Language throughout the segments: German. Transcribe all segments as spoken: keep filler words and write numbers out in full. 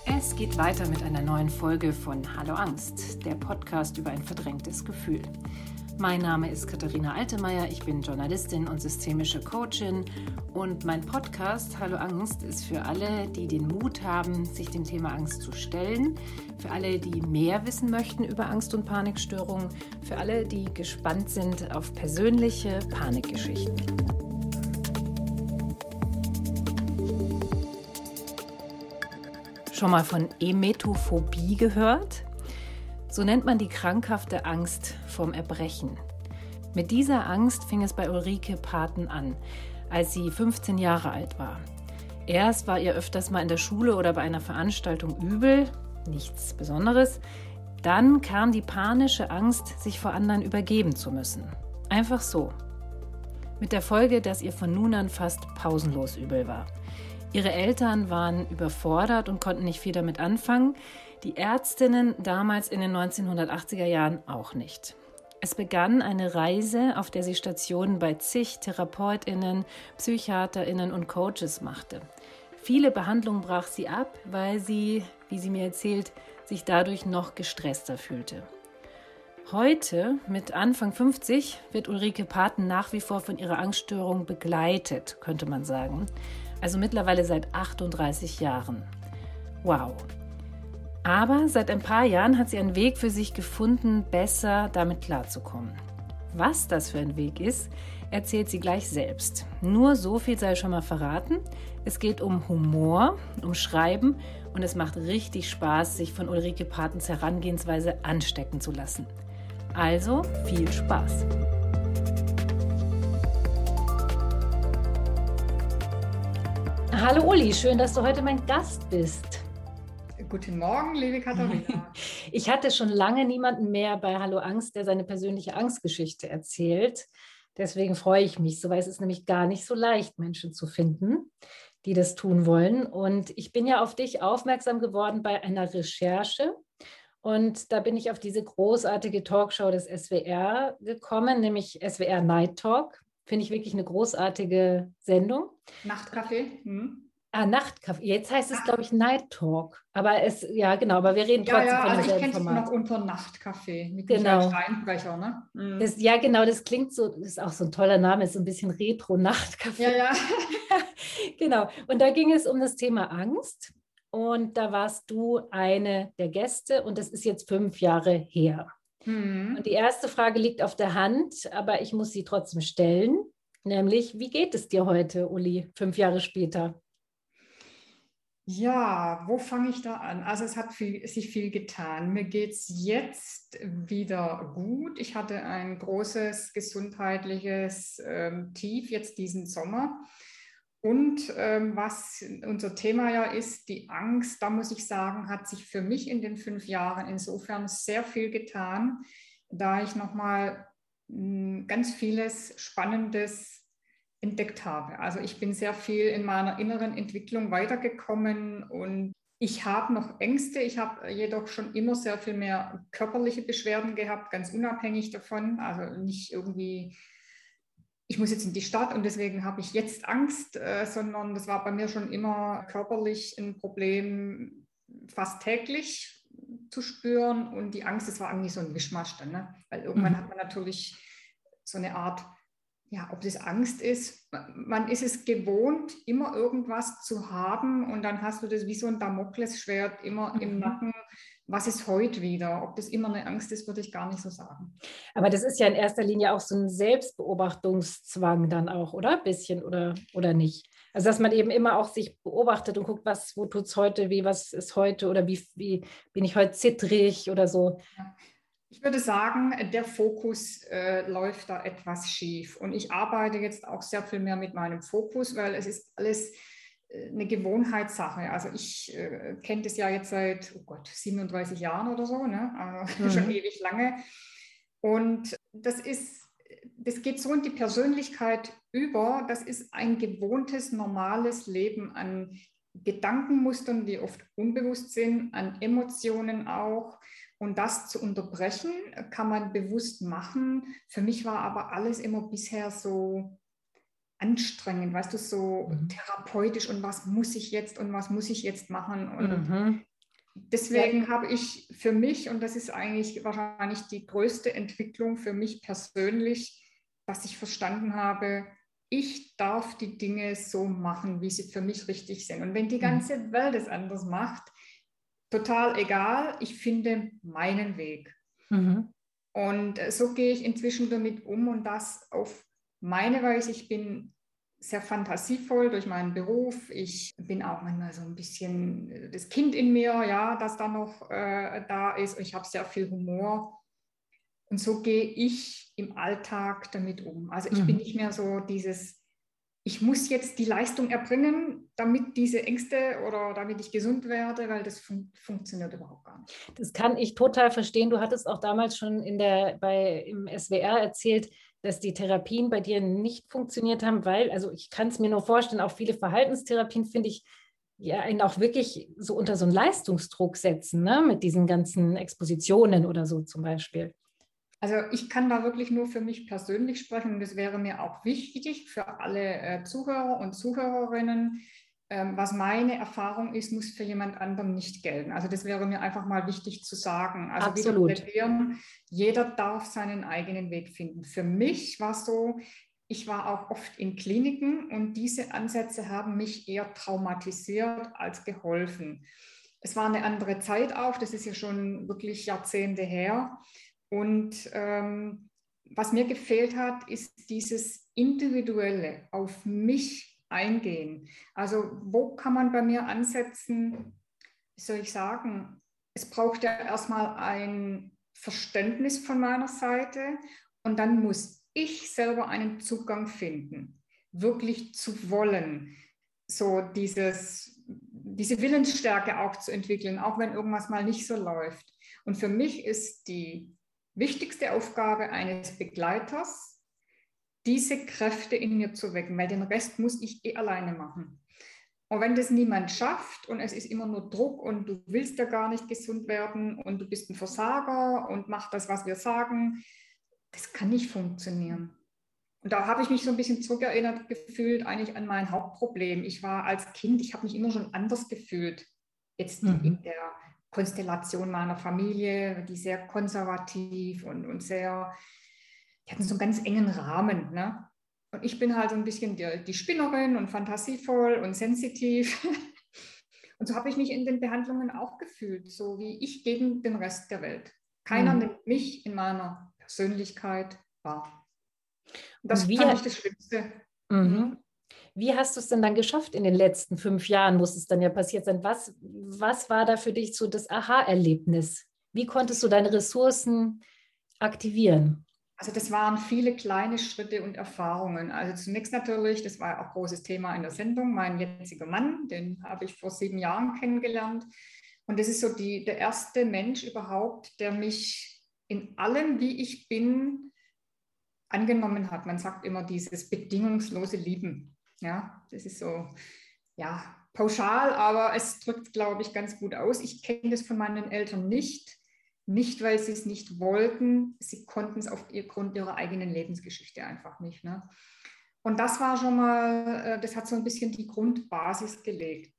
Es geht weiter mit einer neuen Folge von Hallo Angst, der Podcast über ein verdrängtes Gefühl. Mein Name ist Katharina Altemeyer, ich bin Journalistin und systemische Coachin und mein Podcast Hallo Angst ist für alle, die den Mut haben, sich dem Thema Angst zu stellen, für alle, die mehr wissen möchten über Angst- und Panikstörungen, für alle, die gespannt sind auf persönliche Panikgeschichten. Schon mal von Emetophobie gehört? So nennt man die krankhafte Angst vorm Erbrechen. Mit dieser Angst fing es bei Ulrike Paten an, als sie fünfzehn Jahre alt war. Erst war ihr öfters mal in der Schule oder bei einer Veranstaltung übel, nichts Besonderes. Dann kam die panische Angst, sich vor anderen übergeben zu müssen. Einfach so. Mit der Folge, dass ihr von nun an fast pausenlos übel war. Ihre Eltern waren überfordert und konnten nicht viel damit anfangen. Die Ärztinnen damals in den neunzehnhundertachtziger Jahren auch nicht. Es begann eine Reise, auf der sie Stationen bei zig TherapeutInnen, PsychiaterInnen und Coaches machte. Viele Behandlungen brach sie ab, weil sie, wie sie mir erzählt, sich dadurch noch gestresster fühlte. Heute, mit Anfang fünfzig, wird Ulrike Paten nach wie vor von ihrer Angststörung begleitet, könnte man sagen. Also mittlerweile seit achtunddreißig Jahren. Wow. Aber seit ein paar Jahren hat sie einen Weg für sich gefunden, besser damit klarzukommen. Was das für ein Weg ist, erzählt sie gleich selbst. Nur so viel sei schon mal verraten. Es geht um Humor, um Schreiben und es macht richtig Spaß, sich von Ulrike Patens Herangehensweise anstecken zu lassen. Also viel Spaß! Hallo Uli, schön, dass du heute mein Gast bist. Guten Morgen, liebe Katharina. Ich hatte schon lange niemanden mehr bei Hallo Angst, der seine persönliche Angstgeschichte erzählt. Deswegen freue ich mich so, weil es ist nämlich gar nicht so leicht, Menschen zu finden, die das tun wollen. Und ich bin ja auf dich aufmerksam geworden bei einer Recherche. Und da bin ich auf diese großartige Talkshow des S W R gekommen, nämlich S W R Night Talk. Finde ich wirklich eine großartige Sendung. Nachtcafé. Hm. Ah, Nachtcafé. Jetzt heißt es, glaube ich, Night Talk. Aber es, ja, genau, aber wir reden trotzdem ja, ja, von also demselben ich kenne es Format. noch unter Nachtcafé mit Genau. Michael Steinbrecher, ne? Hm. Das, ja, genau, das klingt so, das ist auch so ein toller Name, ist so ein bisschen Retro-Nachtcafé. Ja, ja. Genau. Und da ging es um das Thema Angst. Und da warst du eine der Gäste und das ist jetzt fünf Jahre her. Hm. Und die erste Frage liegt auf der Hand, aber ich muss sie trotzdem stellen. Nämlich, wie geht es dir heute, Uli, fünf Jahre später? Ja, wo fange ich da an? Also es hat viel, sich viel getan. Mir geht es jetzt wieder gut. Ich hatte ein großes gesundheitliches ähm, Tief jetzt diesen Sommer. Und ähm, was unser Thema ja ist, die Angst, da muss ich sagen, hat sich für mich in den fünf Jahren insofern sehr viel getan, da ich nochmal mh, ganz vieles Spannendes entdeckt habe. Also ich bin sehr viel in meiner inneren Entwicklung weitergekommen und ich habe noch Ängste. Ich habe jedoch schon immer sehr viel mehr körperliche Beschwerden gehabt, ganz unabhängig davon. Also nicht irgendwie, ich muss jetzt in die Stadt und deswegen habe ich jetzt Angst, äh, sondern das war bei mir schon immer körperlich ein Problem, fast täglich zu spüren. Und die Angst, das war eigentlich so ein Mischmasch dann, ne? Weil irgendwann mhm. hat man natürlich so eine Art, ja, ob das Angst ist, man ist es gewohnt, immer irgendwas zu haben und dann hast du das wie so ein Damoklesschwert immer mhm. im Nacken. Was ist heute wieder? Ob das immer eine Angst ist, würde ich gar nicht so sagen. Aber das ist ja in erster Linie auch so ein Selbstbeobachtungszwang dann auch, oder? Ein bisschen oder, oder nicht? Also dass man eben immer auch sich beobachtet und guckt, was, wo tut es heute weh, was ist heute oder wie, wie bin ich heute zittrig oder so. Ja. Ich würde sagen, der Fokus äh, läuft da etwas schief. Und ich arbeite jetzt auch sehr viel mehr mit meinem Fokus, weil es ist alles äh, eine Gewohnheitssache. Also ich äh, kenne das ja jetzt seit, oh Gott, siebenunddreißig Jahren oder so, ne? Also mhm. schon ewig lange. Und das ist, das geht so in die Persönlichkeit über. Das ist ein gewohntes, normales Leben an Gedankenmustern, die oft unbewusst sind, an Emotionen auch. Und das zu unterbrechen, kann man bewusst machen. Für mich war aber alles immer bisher so anstrengend, weißt du, so mhm. therapeutisch und was muss ich jetzt und was muss ich jetzt machen. Und mhm. Deswegen Ja. habe ich für mich, und das ist eigentlich wahrscheinlich die größte Entwicklung für mich persönlich, dass ich verstanden habe, ich darf die Dinge so machen, wie sie für mich richtig sind. Und wenn die Mhm. ganze Welt es anders macht, total egal, ich finde meinen Weg. Mhm. Und so gehe ich inzwischen damit um und das auf meine Weise. Ich bin sehr fantasievoll durch meinen Beruf. Ich bin auch manchmal so ein bisschen das Kind in mir, ja, das da noch äh, da ist. Und ich habe sehr viel Humor. Und so gehe ich im Alltag damit um. Also ich bin Mhm. nicht mehr so dieses, ich muss jetzt die Leistung erbringen, damit diese Ängste oder damit ich gesund werde, weil das fun funktioniert überhaupt gar nicht. Das kann ich total verstehen. Du hattest auch damals schon in der, bei, im S W R erzählt, dass die Therapien bei dir nicht funktioniert haben, weil, also ich kann es mir nur vorstellen, auch viele Verhaltenstherapien finde ich, ja, einen auch wirklich so unter so einen Leistungsdruck setzen, ne? Mit diesen ganzen Expositionen oder so zum Beispiel. Also ich kann da wirklich nur für mich persönlich sprechen und es wäre mir auch wichtig für alle äh, Zuhörer und Zuhörerinnen. Ähm, was meine Erfahrung ist, muss für jemand anderen nicht gelten. Also das wäre mir einfach mal wichtig zu sagen. Also wieder Absolut. plädieren, jeder darf seinen eigenen Weg finden. Für mich war es so, ich war auch oft in Kliniken und diese Ansätze haben mich eher traumatisiert als geholfen. Es war eine andere Zeit auch, das ist ja schon wirklich Jahrzehnte her. Und ähm, was mir gefehlt hat, ist dieses individuelle auf mich eingehen. Also wo kann man bei mir ansetzen, wie soll ich sagen, es braucht ja erstmal ein Verständnis von meiner Seite und dann muss ich selber einen Zugang finden, wirklich zu wollen, so dieses, diese Willensstärke auch zu entwickeln, auch wenn irgendwas mal nicht so läuft. Und für mich ist die wichtigste Aufgabe eines Begleiters, diese Kräfte in mir zu wecken, weil den Rest muss ich eh alleine machen. Und wenn das niemand schafft und es ist immer nur Druck und du willst ja gar nicht gesund werden und du bist ein Versager und mach das, was wir sagen, das kann nicht funktionieren. Und da habe ich mich so ein bisschen zurückerinnert gefühlt eigentlich an mein Hauptproblem. Ich war als Kind, ich habe mich immer schon anders gefühlt. Jetzt in Mhm. der Konstellation meiner Familie, die sehr konservativ und, und sehr, die hatten so einen ganz engen Rahmen. Ne? Und ich bin halt so ein bisschen die, die Spinnerin und fantasievoll und sensitiv. Und so habe ich mich in den Behandlungen auch gefühlt, so wie ich gegen den Rest der Welt. Keiner Mhm. nimmt mich in meiner Persönlichkeit wahr. Und Und das wie, fand ich das Schlimmste. Mhm. mhm. Wie hast du es denn dann geschafft in den letzten fünf Jahren, muss es dann ja passiert sein? Was, was war da für dich so das Aha-Erlebnis? Wie konntest du deine Ressourcen aktivieren? Also das waren viele kleine Schritte und Erfahrungen. Also zunächst natürlich, das war auch großes Thema in der Sendung, mein jetziger Mann, den habe ich vor sieben Jahren kennengelernt. Und das ist so die, der erste Mensch überhaupt, der mich in allem, wie ich bin, angenommen hat. Man sagt immer dieses bedingungslose Lieben. Ja, das ist so, ja, pauschal, aber es drückt, glaube ich, ganz gut aus. Ich kenne das von meinen Eltern nicht. Nicht, weil sie es nicht wollten, sie konnten es aufgrund ihrer eigenen Lebensgeschichte einfach nicht. Ne? Und das war schon mal, das hat so ein bisschen die Grundbasis gelegt.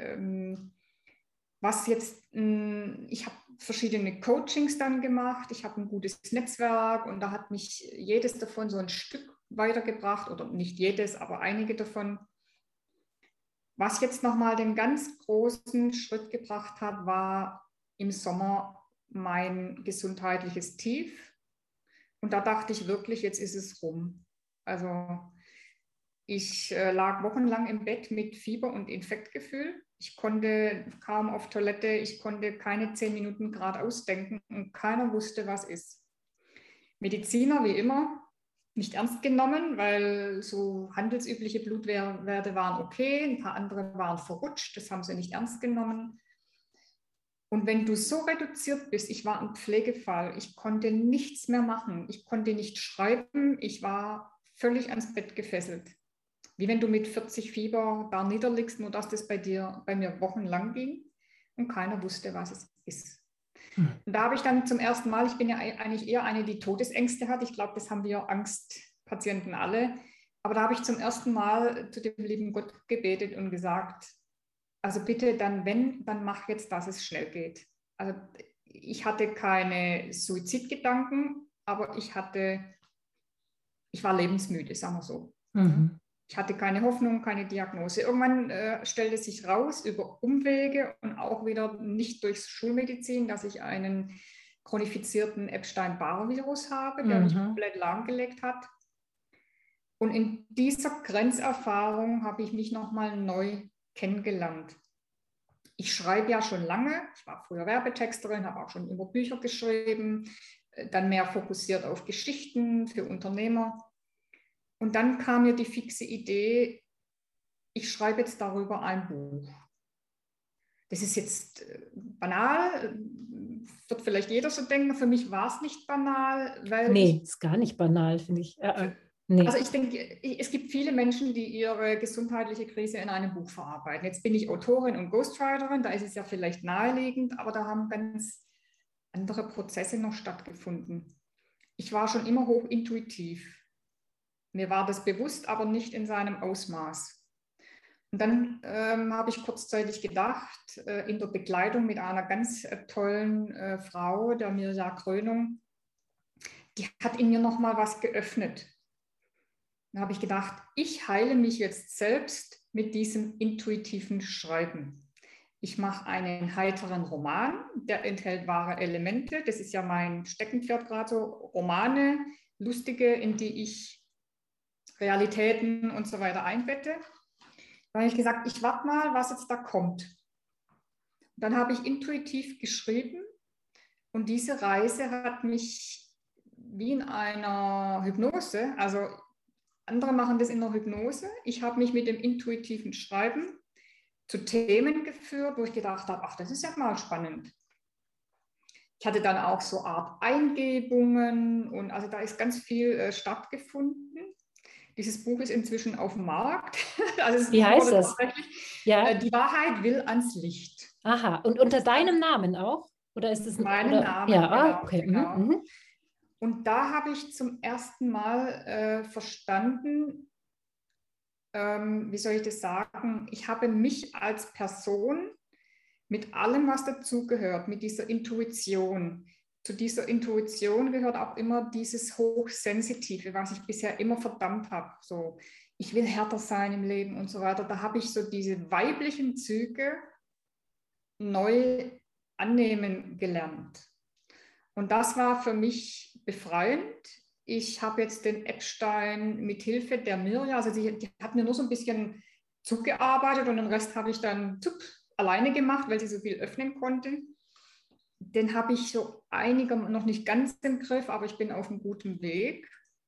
Was jetzt, ich habe verschiedene Coachings dann gemacht, ich habe ein gutes Netzwerk und da hat mich jedes davon so ein Stück weitergebracht oder nicht jedes, aber einige davon. Was jetzt nochmal den ganz großen Schritt gebracht hat, war im Sommer mein gesundheitliches Tief. Und da dachte ich wirklich, jetzt ist es rum. Also ich äh, lag wochenlang im Bett mit Fieber und Infektgefühl. Ich konnte kaum auf Toilette, ich konnte keine zehn Minuten geradeaus denken und keiner wusste, was ist. Mediziner, wie immer, nicht ernst genommen, weil so handelsübliche Blutwerte waren okay, ein paar andere waren verrutscht, das haben sie nicht ernst genommen. Und wenn du so reduziert bist, ich war ein Pflegefall, ich konnte nichts mehr machen, ich konnte nicht schreiben, ich war völlig ans Bett gefesselt. Wie wenn du mit vierzig Fieber da niederliegst, nur dass das bei dir, bei mir wochenlang ging und keiner wusste, was es ist. Und da habe ich dann zum ersten Mal, ich bin ja eigentlich eher eine, die Todesängste hat. Ich glaube, das haben wir Angstpatienten alle. Aber da habe ich zum ersten Mal zu dem lieben Gott gebetet und gesagt, also bitte dann, wenn, dann mach jetzt, dass es schnell geht. Also ich hatte keine Suizidgedanken, aber ich hatte, ich war lebensmüde, sagen wir so. Mhm. Ich hatte keine Hoffnung, keine Diagnose. Irgendwann äh, stellte sich raus über Umwege und auch wieder nicht durch Schulmedizin, dass ich einen chronifizierten Epstein-Barr-Virus habe, der mich Mhm. komplett lahmgelegt hat. Und in dieser Grenzerfahrung habe ich mich nochmal neu kennengelernt. Ich schreibe ja schon lange, ich war früher Werbetexterin, habe auch schon immer Bücher geschrieben, dann mehr fokussiert auf Geschichten für Unternehmer. Und dann kam mir die fixe Idee, ich schreibe jetzt darüber ein Buch. Das ist jetzt banal, wird vielleicht jeder so denken, für mich war es nicht banal, weil Nee, ich... ist gar nicht banal, finde ich. Äh, äh, nee. Also ich denke, es gibt viele Menschen, die ihre gesundheitliche Krise in einem Buch verarbeiten. Jetzt bin ich Autorin und Ghostwriterin, da ist es ja vielleicht naheliegend, aber da haben ganz andere Prozesse noch stattgefunden. Ich war schon immer hochintuitiv. Mir war das bewusst, aber nicht in seinem Ausmaß. Und dann ähm, habe ich kurzzeitig gedacht, äh, in der Begleitung mit einer ganz äh, tollen äh, Frau, der Mirja Krönung, die hat in mir nochmal was geöffnet. Dann habe ich gedacht, ich heile mich jetzt selbst mit diesem intuitiven Schreiben. Ich mache einen heiteren Roman, der enthält wahre Elemente. Das ist ja mein Steckenpferd gerade so, Romane, lustige, in die ich Realitäten und so weiter einbette. Da habe ich gesagt, ich warte mal, was jetzt da kommt. Dann habe ich intuitiv geschrieben und diese Reise hat mich wie in einer Hypnose, also andere machen das in der Hypnose. Ich habe mich mit dem intuitiven Schreiben zu Themen geführt, wo ich gedacht habe, ach, das ist ja mal spannend. Ich hatte dann auch so Art Eingebungen und also da ist ganz viel äh, stattgefunden. Dieses Buch ist inzwischen auf dem Markt. Also Wie heißt das? tatsächlich, Ja. äh, die Wahrheit will ans Licht. Aha, und unter deinem Namen auch? Oder ist es ein, meinen oder? Namen, Ja, genau. ah, okay. genau. Mhm. Und da habe ich zum ersten Mal äh, verstanden, ähm, wie soll ich das sagen, ich habe mich als Person mit allem, was dazugehört, mit dieser Intuition. Zu dieser Intuition gehört auch immer dieses Hochsensitive, was ich bisher immer verdammt habe. So, ich will härter sein im Leben und so weiter. Da habe ich so diese weiblichen Züge neu annehmen gelernt. Und das war für mich befreiend. Ich habe jetzt den Epstein mit Hilfe der Mirja, also die, die hat mir nur so ein bisschen zugearbeitet und den Rest habe ich dann zup, alleine gemacht, weil sie so viel öffnen konnte. Den habe ich so einiger noch nicht ganz im Griff, aber ich bin auf einem guten Weg.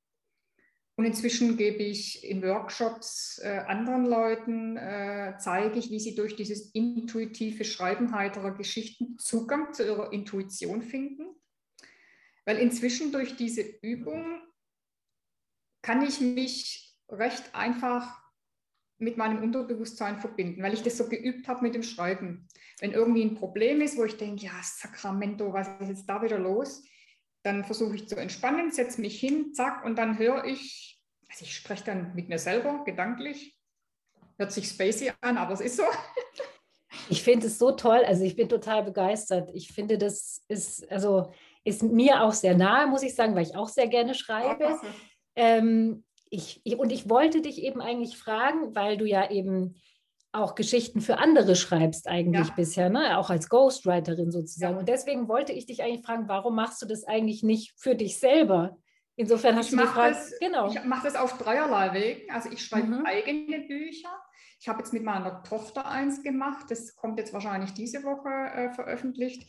Und inzwischen gebe ich in Workshops äh, anderen Leuten, äh, zeige ich, wie sie durch dieses intuitive Schreiben heiterer Geschichten Zugang zu ihrer Intuition finden. Weil inzwischen durch diese Übung kann ich mich recht einfach mit meinem Unterbewusstsein verbinden, weil ich das so geübt habe mit dem Schreiben. Wenn irgendwie ein Problem ist, wo ich denke, ja, Sacramento, was ist jetzt da wieder los? Dann versuche ich zu entspannen, setze mich hin, zack, und dann höre ich, also ich spreche dann mit mir selber, gedanklich. Hört sich spacey an, aber es ist so. Ich finde es so toll, also ich bin total begeistert. Ich finde, das ist, also ist mir auch sehr nahe, muss ich sagen, weil ich auch sehr gerne schreibe. Oh, Ähm, ich, ich, und ich wollte dich eben eigentlich fragen, weil du ja eben auch Geschichten für andere schreibst eigentlich ja. bisher, ne? Auch als Ghostwriterin sozusagen. Ja. Und deswegen wollte ich dich eigentlich fragen, warum machst du das eigentlich nicht für dich selber? Insofern hast Ich du die mache Frage, das, genau. ich mache das auf dreierlei Wegen. Also ich schreibe Mhm. eigene Bücher. Ich habe jetzt mit meiner Tochter eins gemacht. Das kommt jetzt wahrscheinlich diese Woche äh, veröffentlicht.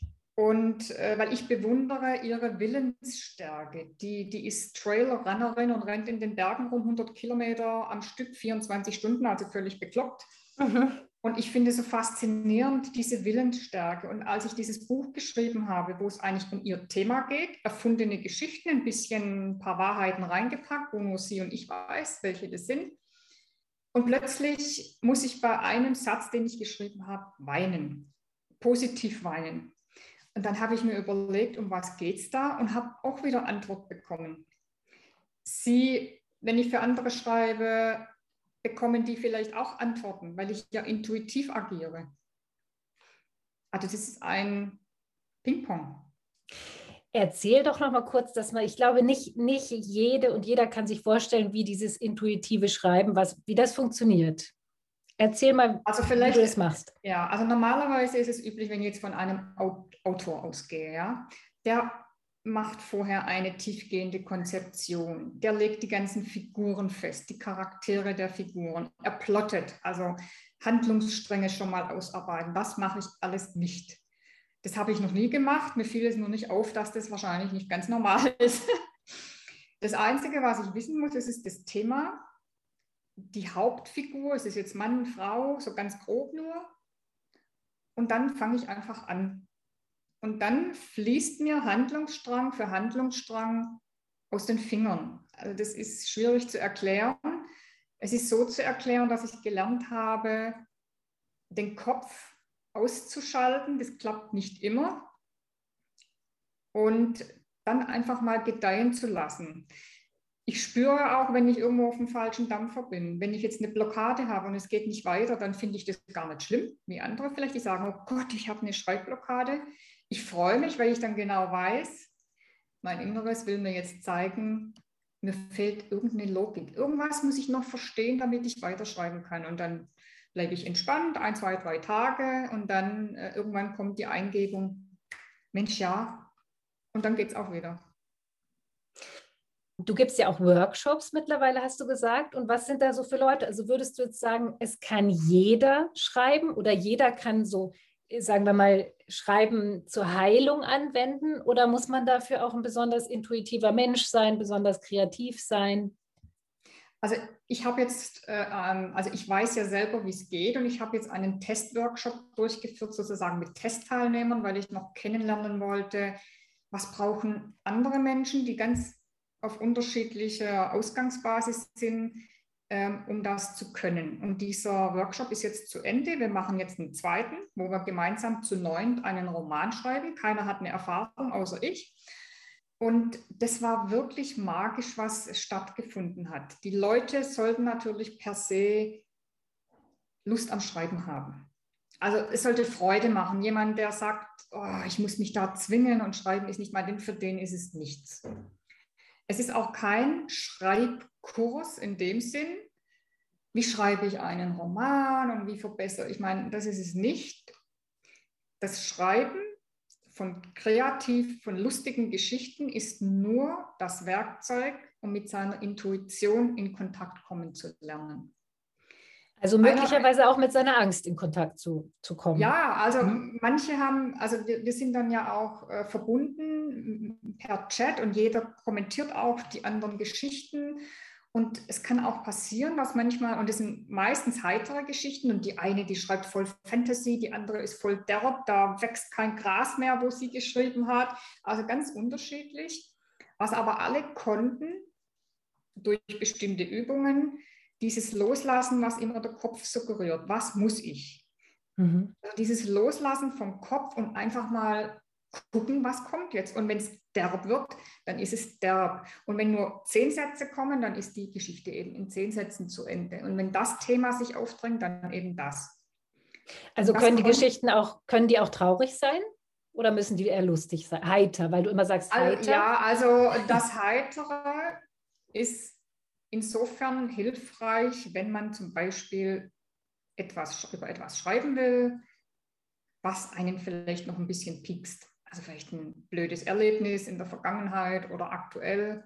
Und äh, weil ich bewundere ihre Willensstärke. Die, die ist Trail-Runnerin und rennt in den Bergen rum hundert Kilometer am Stück, vierundzwanzig Stunden, also völlig bekloppt. Mhm. Und ich finde so faszinierend diese Willensstärke. Und als ich dieses Buch geschrieben habe, wo es eigentlich um ihr Thema geht, erfundene Geschichten, ein bisschen ein paar Wahrheiten reingepackt, wo nur sie und ich weiß, welche das sind. Und plötzlich muss ich bei einem Satz, den ich geschrieben habe, weinen, positiv weinen. Und dann habe ich mir überlegt, um was geht es da, und habe auch wieder Antwort bekommen. Sie, wenn ich für andere schreibe, bekommen die vielleicht auch Antworten, weil ich ja intuitiv agiere. Also das ist ein Ping-Pong. Erzähl doch noch mal kurz, dass man, ich glaube, nicht, nicht jede und jeder kann sich vorstellen, wie dieses intuitive Schreiben, was, wie das funktioniert. Erzähl mal, Also wie du vielleicht, das machst. ja, also normalerweise ist es üblich, wenn ich jetzt von einem Autor ausgehe, ja, der macht vorher eine tiefgehende Konzeption. Der legt die ganzen Figuren fest, die Charaktere der Figuren. Er plottet, also Handlungsstränge schon mal ausarbeiten. Das mache ich alles nicht. Das habe ich noch nie gemacht. Mir fiel es nur nicht auf, dass das wahrscheinlich nicht ganz normal ist. Das Einzige, was ich wissen muss, ist das Thema, die Hauptfigur. Es ist jetzt Mann, Frau, so ganz grob nur. Und dann fange ich einfach an. Und dann fließt mir Handlungsstrang für Handlungsstrang aus den Fingern. Also das ist schwierig zu erklären. Es ist so zu erklären, dass ich gelernt habe, den Kopf auszuschalten. Das klappt nicht immer. Und dann einfach mal gedeihen zu lassen. Ich spüre auch, wenn ich irgendwo auf dem falschen Dampfer bin. Wenn ich jetzt eine Blockade habe und es geht nicht weiter, dann finde ich das gar nicht schlimm, wie andere vielleicht, die sagen, oh Gott, ich habe eine Schreibblockade. Ich freue mich, weil ich dann genau weiß, mein Inneres will mir jetzt zeigen, mir fehlt irgendeine Logik. Irgendwas muss ich noch verstehen, damit ich weiterschreiben kann. Und dann bleibe ich entspannt, ein, zwei, drei Tage und dann äh, irgendwann kommt die Eingebung, Mensch, ja, und dann geht es auch wieder. Du gibst ja auch Workshops mittlerweile, hast du gesagt. Und was sind da so für Leute? Also würdest du jetzt sagen, es kann jeder schreiben oder jeder kann so, sagen wir mal, Schreiben zur Heilung anwenden? Oder muss man dafür auch ein besonders intuitiver Mensch sein, besonders kreativ sein? Also ich habe jetzt, äh, also ich weiß ja selber, wie es geht und ich habe jetzt einen Testworkshop durchgeführt, sozusagen mit Testteilnehmern, weil ich noch kennenlernen wollte, was brauchen andere Menschen, die ganz auf unterschiedlicher Ausgangsbasis sind, ähm, um das zu können. Und dieser Workshop ist jetzt zu Ende. Wir machen jetzt einen zweiten, wo wir gemeinsam zu neunt einen Roman schreiben. Keiner hat eine Erfahrung, außer ich. Und das war wirklich magisch, was stattgefunden hat. Die Leute sollten natürlich per se Lust am Schreiben haben. Also es sollte Freude machen. Jemand, der sagt, oh, ich muss mich da zwingen und Schreiben ist nicht mein Ding, für den ist es nichts. Es ist auch kein Schreibkurs in dem Sinn, wie schreibe ich einen Roman und wie verbessere ich, ich meine, das ist es nicht. Das Schreiben von kreativ, von lustigen Geschichten ist nur das Werkzeug, um mit seiner Intuition in Kontakt kommen zu lernen. Also möglicherweise Einer, auch mit seiner Angst in Kontakt zu, zu kommen. Ja, also mhm. manche haben, also wir, wir sind dann ja auch äh, verbunden per Chat und jeder kommentiert auch die anderen Geschichten. Und es kann auch passieren, dass manchmal, und das sind meistens heitere Geschichten, und die eine, die schreibt voll Fantasy, die andere ist voll derb, da wächst kein Gras mehr, wo sie geschrieben hat. Also ganz unterschiedlich. Was aber alle konnten, durch bestimmte Übungen, dieses Loslassen, was immer der Kopf suggeriert. Was muss ich? Mhm. Also dieses Loslassen vom Kopf und einfach mal gucken, was kommt jetzt. Und wenn es derb wird, dann ist es derb. Und wenn nur zehn Sätze kommen, dann ist die Geschichte eben in zehn Sätzen zu Ende. Und wenn das Thema sich aufdrängt, dann eben das. Also das können die Geschichten auch, können die auch traurig sein? Oder müssen die eher lustig sein? Heiter, weil du immer sagst heiter. Also, ja, also das Heitere ist insofern hilfreich, wenn man zum Beispiel etwas, über etwas schreiben will, was einen vielleicht noch ein bisschen piekst. Also vielleicht ein blödes Erlebnis in der Vergangenheit oder aktuell.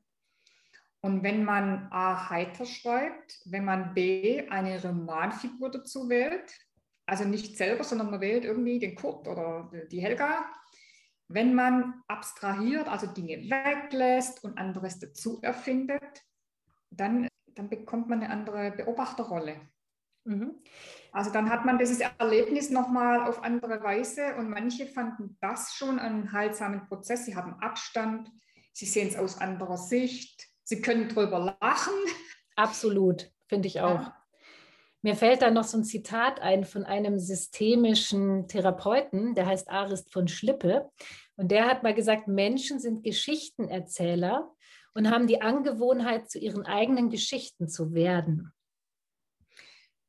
Und wenn man A, heiter schreibt, wenn man B, eine Romanfigur dazu wählt, also nicht selber, sondern man wählt irgendwie den Kurt oder die Helga. Wenn man abstrahiert, also Dinge weglässt und anderes dazu erfindet, dann, dann bekommt man eine andere Beobachterrolle. Mhm. Also dann hat man dieses Erlebnis nochmal auf andere Weise und manche fanden das schon einen heilsamen Prozess. Sie haben Abstand, sie sehen es aus anderer Sicht, sie können drüber lachen. Absolut, finde ich auch. Ja. Mir fällt da noch so ein Zitat ein von einem systemischen Therapeuten, der heißt Arist von Schlippe. Und der hat mal gesagt, Menschen sind Geschichtenerzähler und haben die Angewohnheit, zu ihren eigenen Geschichten zu werden.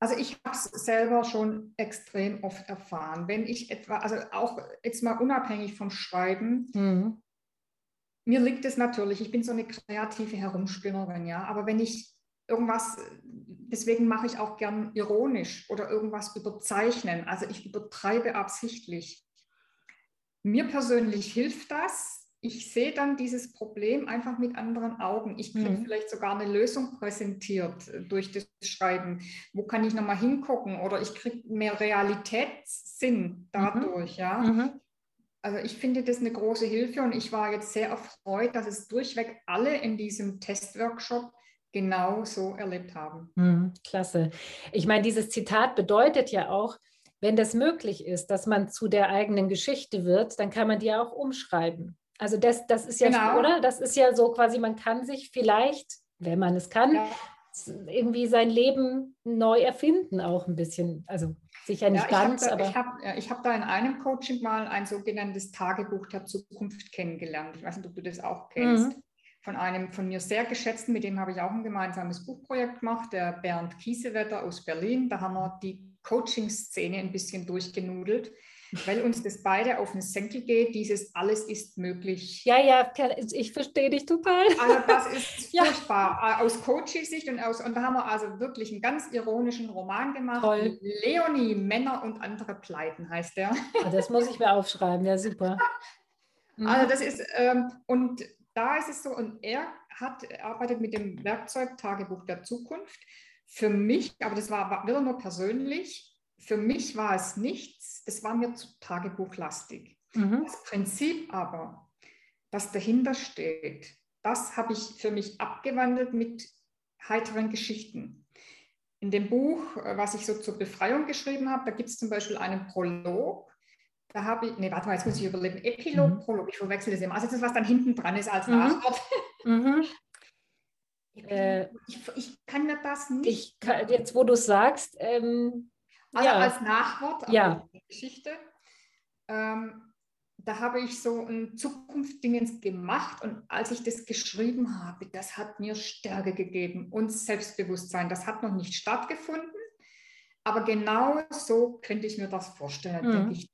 Also ich habe es selber schon extrem oft erfahren. Wenn ich etwa, also auch jetzt mal unabhängig vom Schreiben, Mhm. mir liegt es natürlich, ich bin so eine kreative Herumspinnerin, ja, aber wenn ich irgendwas, deswegen mache ich auch gern ironisch oder irgendwas überzeichnen, also ich übertreibe absichtlich. Mir persönlich hilft das. Ich sehe dann dieses Problem einfach mit anderen Augen. Ich kriege Mhm. vielleicht sogar eine Lösung präsentiert durch das Schreiben. Wo kann ich nochmal hingucken? Oder ich kriege mehr Realitätssinn Mhm. dadurch, ja. Mhm. Also ich finde das eine große Hilfe und ich war jetzt sehr erfreut, dass es durchweg alle in diesem Testworkshop genau so erlebt haben. Mhm. Klasse. Ich meine, dieses Zitat bedeutet ja auch, wenn das möglich ist, dass man zu der eigenen Geschichte wird, dann kann man die ja auch umschreiben. Also das, das ist ja, Genau, oder? Das ist ja so quasi, man kann sich vielleicht, wenn man es kann, ja. irgendwie sein Leben neu erfinden auch ein bisschen. Also sicher Ja, nicht ich habe ganz, da, ich aber hab, ja, ich hab da in einem Coaching mal ein sogenanntes Tagebuch der Zukunft kennengelernt. Ich weiß nicht, ob du das auch kennst. mhm. Von einem von mir sehr geschätzten, mit dem habe ich auch ein gemeinsames Buchprojekt gemacht, der Bernd Kiesewetter aus Berlin. Da haben wir die Coaching-Szene ein bisschen durchgenudelt, weil uns das beide auf den Senkel geht, dieses alles ist möglich. Ja, ja, kann- ich verstehe dich total. Also das ist Ja, furchtbar aus Coaching-Sicht und aus, und da haben wir also wirklich einen ganz ironischen Roman gemacht. toll. Leonie, Männer und andere Pleiten heißt der. Ah, das muss ich mir aufschreiben. Ja, super. Also Mhm. das ist, ähm, und da ist es so, und er hat, er arbeitet mit dem Werkzeug Tagebuch der Zukunft. Für mich, aber das war, war wieder nur persönlich, für mich war es nichts, es war mir zu tagebuchlastig. Mhm. Das Prinzip aber, das dahinter steht, das habe ich für mich abgewandelt mit heiteren Geschichten. In dem Buch, äh, was ich so zur Befreiung geschrieben habe, da gibt es zum Beispiel einen Prolog. Da habe ich, nee, warte mal, jetzt muss ich überlegen. Epilog, Mhm. Prolog, ich verwechsel das immer. Also das, was dann hinten dran ist als Mhm. Nachwort. Mhm. Epilog, Äh, ich, ich kann mir das nicht ich kann, merken. jetzt, wo du es sagst, ähm, Also ja, als Nachwort, aber ja. die Geschichte. Ähm, da habe ich so ein Zukunftsdingens gemacht und als ich das geschrieben habe, das hat mir Stärke gegeben und Selbstbewusstsein. Das hat noch nicht stattgefunden, aber genau so könnte ich mir das vorstellen, denke Mhm. ich.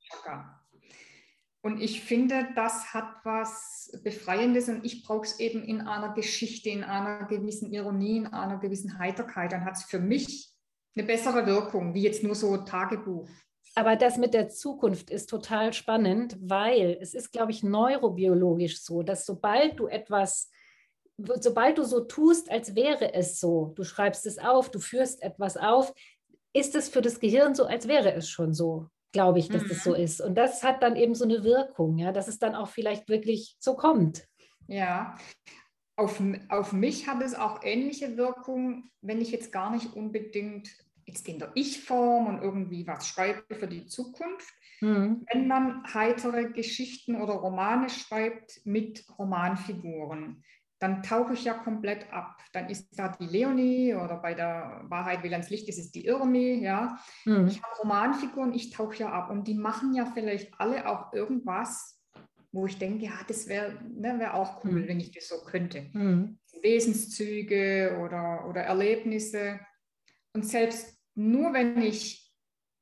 Und ich finde, das hat was Befreiendes und ich brauche es eben in einer Geschichte, in einer gewissen Ironie, in einer gewissen Heiterkeit. Dann hat es für mich eine bessere Wirkung, wie jetzt nur so Tagebuch. Aber das mit der Zukunft ist total spannend, weil es ist, glaube ich, neurobiologisch so, dass sobald du etwas, sobald du so tust, als wäre es so, du schreibst es auf, du führst etwas auf, ist es für das Gehirn so, als wäre es schon so, glaube ich, dass das so Mhm. ist. Und das hat dann eben so eine Wirkung, ja, dass es dann auch vielleicht wirklich so kommt. Ja, auf, auf mich hat es auch ähnliche Wirkung, wenn ich jetzt gar nicht unbedingt jetzt in der Ich-Form und irgendwie was schreibe für die Zukunft. Mhm. Wenn man heitere Geschichten oder Romane schreibt mit Romanfiguren, dann tauche ich ja komplett ab. Dann ist da die Leonie oder bei der Wahrheit will ans Licht ist es die Irmi, ja. Ich Mhm. habe Romanfiguren, ich tauche ja ab und die machen ja vielleicht alle auch irgendwas, wo ich denke, ja, das wäre ne, wär auch cool, Mhm. wenn ich das so könnte. Mhm. Wesenszüge oder, oder Erlebnisse. Und selbst nur wenn ich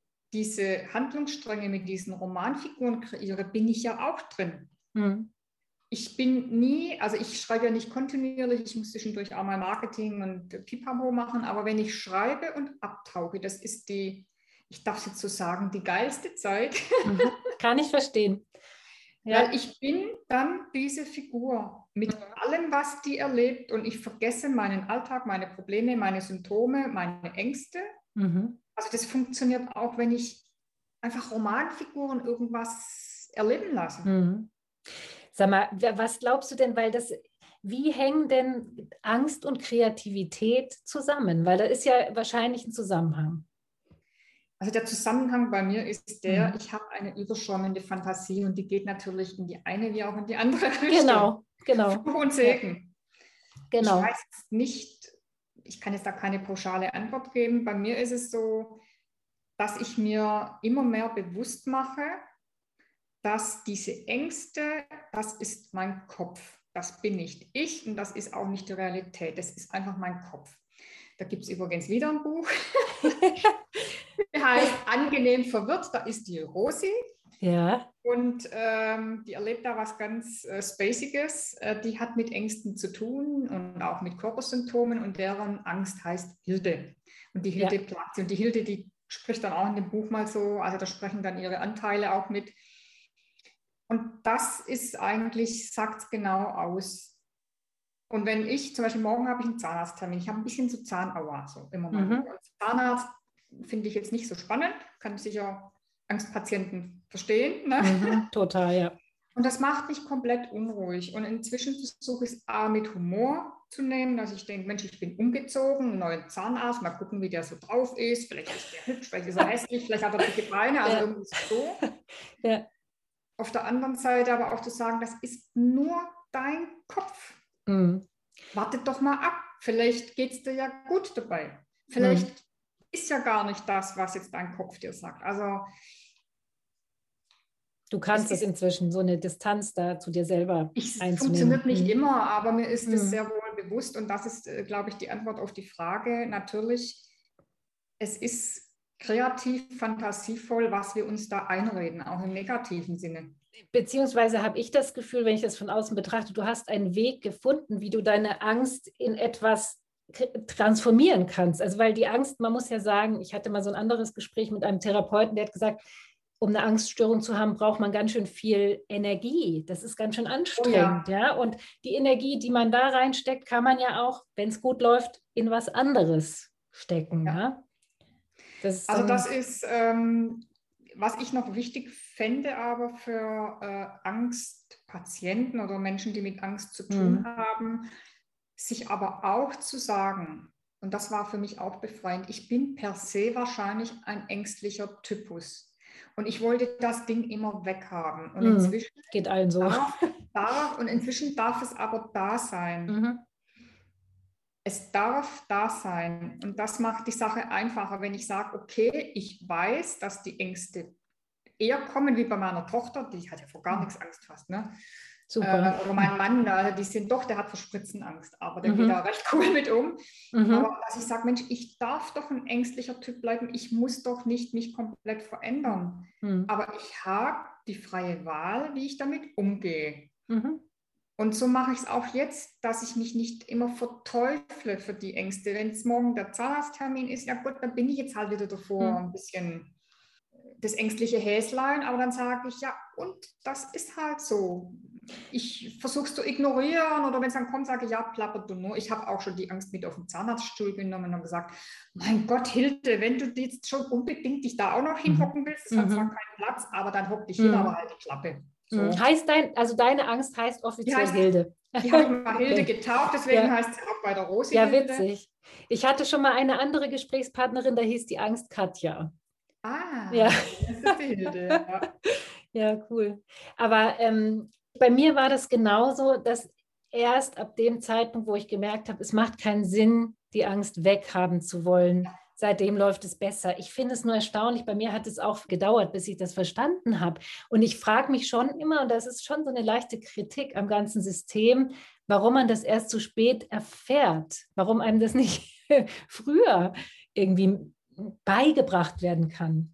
diese Handlungsstränge mit diesen Romanfiguren kreiere, bin ich ja auch drin. Mhm. Ich bin nie, also ich schreibe ja nicht kontinuierlich, ich muss zwischendurch auch mal Marketing und Pipapo machen, aber wenn ich schreibe und abtauche, das ist die, ich darf es jetzt so sagen, die geilste Zeit, Mhm. Kann ich verstehen. weil Ja. ich bin dann diese Figur mit allem, was die erlebt und ich vergesse meinen Alltag, meine Probleme, meine Symptome, meine Ängste. Mhm. Also das funktioniert auch, wenn ich einfach Romanfiguren irgendwas erleben lasse. Mhm. Sag mal, was glaubst du denn, weil das, wie hängen denn Angst und Kreativität zusammen? Weil da ist ja wahrscheinlich ein Zusammenhang. Also der Zusammenhang bei mir ist der, Mhm. ich habe eine überschäumende Fantasie und die geht natürlich in die eine wie auch in die andere Richtung. Genau, genau. Fluch und Ja, Segen. Ich genau. weiß nicht, ich kann jetzt da keine pauschale Antwort geben. Bei mir ist es so, dass ich mir immer mehr bewusst mache, dass diese Ängste, das ist mein Kopf. Das bin nicht ich und das ist auch nicht die Realität. Das ist einfach mein Kopf. Da gibt es übrigens wieder ein Buch. Das heißt Angenehm verwirrt, da ist die Rosi. Ja. Und ähm, die erlebt da was ganz äh, Spaciges. Äh, die hat mit Ängsten zu tun und auch mit Körpersymptomen und deren Angst heißt Hilde. Und die Hilde ja. plagt sie. Und die Hilde, die spricht dann auch in dem Buch mal so, also da sprechen dann ihre Anteile auch mit. Und das ist eigentlich, sagt es genau aus. Und wenn ich, zum Beispiel morgen habe ich einen Zahnarzttermin, ich habe ein bisschen so Zahnaua, so immer mal. Mhm. Zahnarzt finde ich jetzt nicht so spannend, kann sicher Angstpatienten verstehen. Ne? Mhm, total, ja. Und das macht mich komplett unruhig. Und inzwischen versuche ich es A mit Humor zu nehmen, dass ich denke, Mensch, ich bin umgezogen, einen neuen Zahnarzt, mal gucken, wie der so drauf ist. Vielleicht ist der hübsch, vielleicht ist er hässlich, vielleicht hat er dicke Beine, also ja. irgendwie so. Ja. Auf der anderen Seite aber auch zu sagen, das ist nur dein Kopf. Mhm. Wartet doch mal ab. Vielleicht geht es dir ja gut dabei. Vielleicht mhm. ist ja gar nicht das, was jetzt dein Kopf dir sagt. Also du kannst es, es inzwischen, so eine Distanz da zu dir selber ich, einzunehmen. Es funktioniert nicht mhm. immer, aber mir ist es mhm. sehr wohl bewusst und das ist, äh, glaube ich, die Antwort auf die Frage. Natürlich, es ist kreativ, fantasievoll, was wir uns da einreden, auch im negativen Sinne. Beziehungsweise habe ich das Gefühl, wenn ich das von außen betrachte, du hast einen Weg gefunden, wie du deine Angst in etwas transformieren kannst. Also weil die Angst, man muss ja sagen, ich hatte mal so ein anderes Gespräch mit einem Therapeuten, der hat gesagt, um eine Angststörung zu haben, braucht man ganz schön viel Energie. Das ist ganz schön anstrengend. Oh ja. Ja? Und die Energie, die man da reinsteckt, kann man ja auch, wenn es gut läuft, in was anderes stecken. Ja. Ja? Das also das ist, ähm, was ich noch wichtig fände, aber für äh, Angstpatienten oder Menschen, die mit Angst zu tun mhm. haben, sich aber auch zu sagen, und das war für mich auch befreiend, ich bin per se wahrscheinlich ein ängstlicher Typus. Und ich wollte das Ding immer weghaben. Und mhm. inzwischen geht allen so. Darf, darf, und inzwischen darf es aber da sein. Mhm. Es darf da sein. Und das macht die Sache einfacher, wenn ich sage, okay, ich weiß, dass die Ängste eher kommen wie bei meiner Tochter, die hat ja vor gar nichts Angst fast, ne? Super. Äh, oder mein Mann, also die sind doch, der hat vor Spritzen Angst, aber der mhm. geht da recht cool mit um. Mhm. Aber dass ich sage, Mensch, ich darf doch ein ängstlicher Typ bleiben, ich muss doch nicht mich komplett verändern. Mhm. Aber ich habe die freie Wahl, wie ich damit umgehe. Mhm. Und so mache ich es auch jetzt, dass ich mich nicht immer verteufle für die Ängste. Wenn es morgen der Zahnarzttermin ist, ja gut, dann bin ich jetzt halt wieder davor mhm. ein bisschen das ängstliche Häslein, aber dann sage ich, ja, und das ist halt so. Ich versuche es zu ignorieren oder wenn es dann kommt, sage ich, ja, plappert du nur. Ich habe auch schon die Angst mit auf den Zahnarztstuhl genommen und gesagt, mein Gott, Hilde, wenn du jetzt schon unbedingt dich da auch noch hinhocken willst, es mhm. hat zwar keinen Platz, aber dann hock dich mhm. hin, aber halt die Klappe. So. Heißt dein, also deine Angst heißt offiziell heißt, Hilde. Die habe ich mal Hilde okay. getauft, deswegen ja. heißt sie auch bei der Rosi Ja, Hilde. witzig. Ich hatte schon mal eine andere Gesprächspartnerin, da hieß die Angst Katja. Ah, ja. das ist die Hilde. Ja, ja cool. Aber ähm, bei mir war das genauso, dass erst ab dem Zeitpunkt, wo ich gemerkt habe, es macht keinen Sinn, die Angst weghaben zu wollen, ja. seitdem läuft es besser. Ich finde es nur erstaunlich, bei mir hat es auch gedauert, bis ich das verstanden habe. Und ich frage mich schon immer, und das ist schon so eine leichte Kritik am ganzen System, warum man das erst zu spät erfährt, warum einem das nicht früher irgendwie beigebracht werden kann.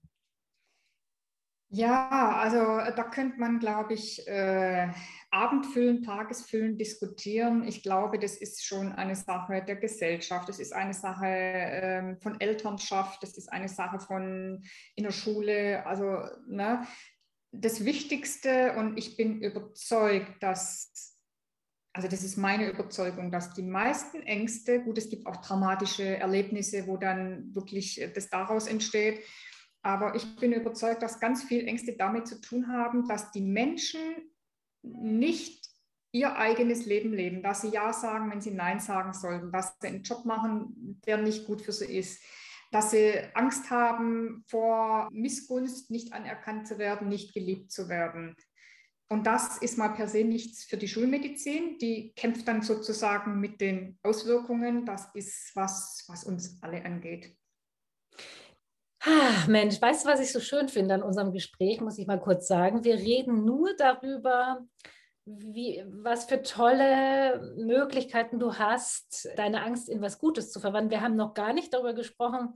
Ja, also da könnte man, glaube ich, äh, Abendfüllen, Tagesfüllen diskutieren. Ich glaube, das ist schon eine Sache der Gesellschaft, das ist eine Sache äh, von Elternschaft, das ist eine Sache von in der Schule. Also ne, das Wichtigste, und ich bin überzeugt, dass Also das ist meine Überzeugung, dass die meisten Ängste, gut, es gibt auch traumatische Erlebnisse, wo dann wirklich das daraus entsteht, aber ich bin überzeugt, dass ganz viele Ängste damit zu tun haben, dass die Menschen nicht ihr eigenes Leben leben, dass sie Ja sagen, wenn sie Nein sagen sollten, dass sie einen Job machen, der nicht gut für sie ist, dass sie Angst haben vor Missgunst, nicht anerkannt zu werden, nicht geliebt zu werden. Und das ist mal per se nichts für die Schulmedizin. Die kämpft dann sozusagen mit den Auswirkungen. Das ist was, was uns alle angeht. Ah, Mensch, weißt du, was ich so schön finde an unserem Gespräch, muss ich mal kurz sagen? Wir reden nur darüber, wie, was für tolle Möglichkeiten du hast, deine Angst in was Gutes zu verwandeln. Wir haben noch gar nicht darüber gesprochen,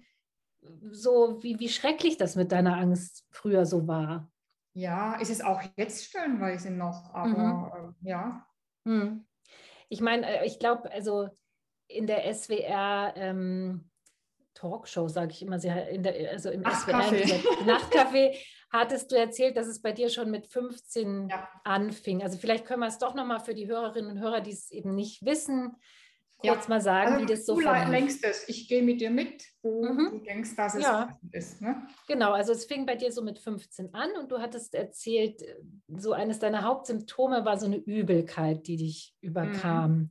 so wie, wie schrecklich das mit deiner Angst früher so war. Ja, ist es auch jetzt stellenweise noch, Mhm. aber äh, ja. Hm. Ich meine, ich glaube, also in der S W R ähm, Talkshow, sage ich immer, sie hat in der, also im Ach, S W R, in Kaffee. dieser Nachtcafé, hattest du erzählt, dass es bei dir schon mit fünfzehn Ja, anfing. Also vielleicht können wir es doch nochmal für die Hörerinnen und Hörer, die es eben nicht wissen, kurz ja. mal sagen, Also wie das so du le- verlief. lenkst es. Ich gehe mit dir mit, wo Mhm. du denkst, dass es Ja, passend ist. Ne? genau. Also es fing bei dir so mit fünfzehn an und du hattest erzählt, so eines deiner Hauptsymptome war so eine Übelkeit, die dich Mhm. überkam.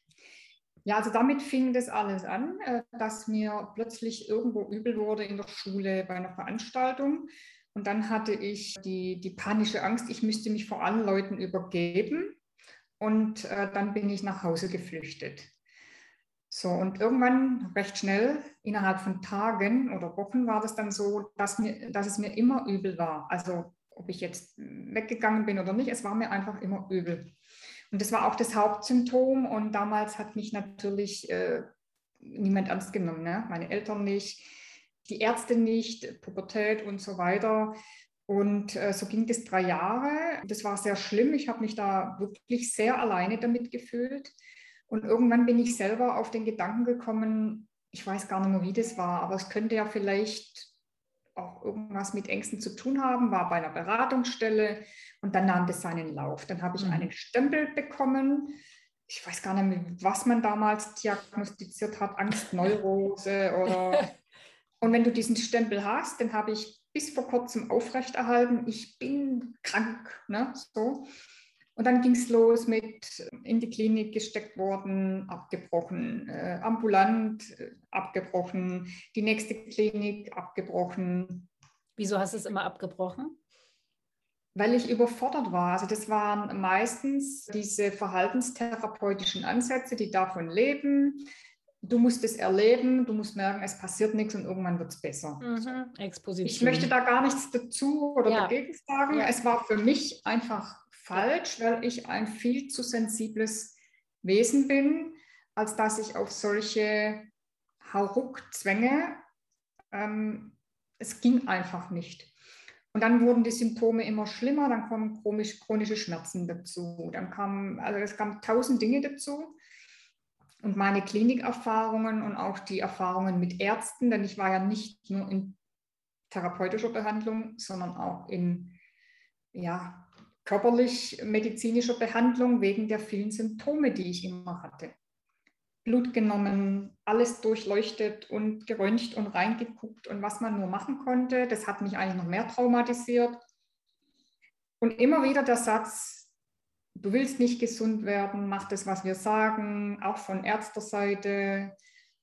Ja, also damit fing das alles an, äh, dass mir plötzlich irgendwo übel wurde in der Schule bei einer Veranstaltung. Und dann hatte ich die, die panische Angst, ich müsste mich vor allen Leuten übergeben. Und äh, dann bin ich nach Hause geflüchtet. So, und irgendwann recht schnell, innerhalb von Tagen oder Wochen, war das dann so, dass, mir, dass es mir immer übel war. Also ob ich jetzt weggegangen bin oder nicht, es war mir einfach immer übel. Und das war auch das Hauptsymptom. Und damals hat mich natürlich äh, niemand ernst genommen, ne? Meine Eltern nicht, die Ärzte nicht, Pubertät und so weiter. Und äh, so ging das drei Jahre. Das war sehr schlimm. Ich habe mich da wirklich sehr alleine damit gefühlt. Und irgendwann bin ich selber auf den Gedanken gekommen, ich weiß gar nicht mehr, wie das war, aber es könnte ja vielleicht auch irgendwas mit Ängsten zu tun haben, war bei einer Beratungsstelle und dann nahm das seinen Lauf. Dann habe ich einen Mhm. Stempel bekommen. Ich weiß gar nicht mehr, was man damals diagnostiziert hat, Angstneurose oder. Und wenn du diesen Stempel hast, den habe ich bis vor kurzem aufrechterhalten. Ich bin krank, ne? So. Und dann ging es los mit in die Klinik gesteckt worden, abgebrochen, äh, ambulant äh, abgebrochen, die nächste Klinik abgebrochen, Wieso hast du es immer abgebrochen? weil ich überfordert war. Also das waren meistens diese verhaltenstherapeutischen Ansätze, die davon leben. Du musst es erleben, du musst merken, es passiert nichts und irgendwann wird es besser. Mhm. Ich möchte Exposition. da gar nichts dazu oder Ja, dagegen sagen. ja, Es war für mich einfach ja. falsch, weil ich ein viel zu sensibles Wesen bin, als dass ich auf solche Hauruck-Zwänge, ähm, es ging einfach nicht. Und dann wurden die Symptome immer schlimmer, dann kommen chronische, chronische Schmerzen dazu, dann kamen, also es kamen tausend Dinge dazu. Und meine Klinikerfahrungen und auch die Erfahrungen mit Ärzten, denn ich war ja nicht nur in therapeutischer Behandlung, sondern auch in ja, körperlich-medizinischer Behandlung wegen der vielen Symptome, die ich immer hatte. Blut genommen, alles durchleuchtet und geröntgt und reingeguckt und was man nur machen konnte. Das hat mich eigentlich noch mehr traumatisiert. Und immer wieder der Satz, du willst nicht gesund werden, mach das, was wir sagen, auch von Ärzterseite.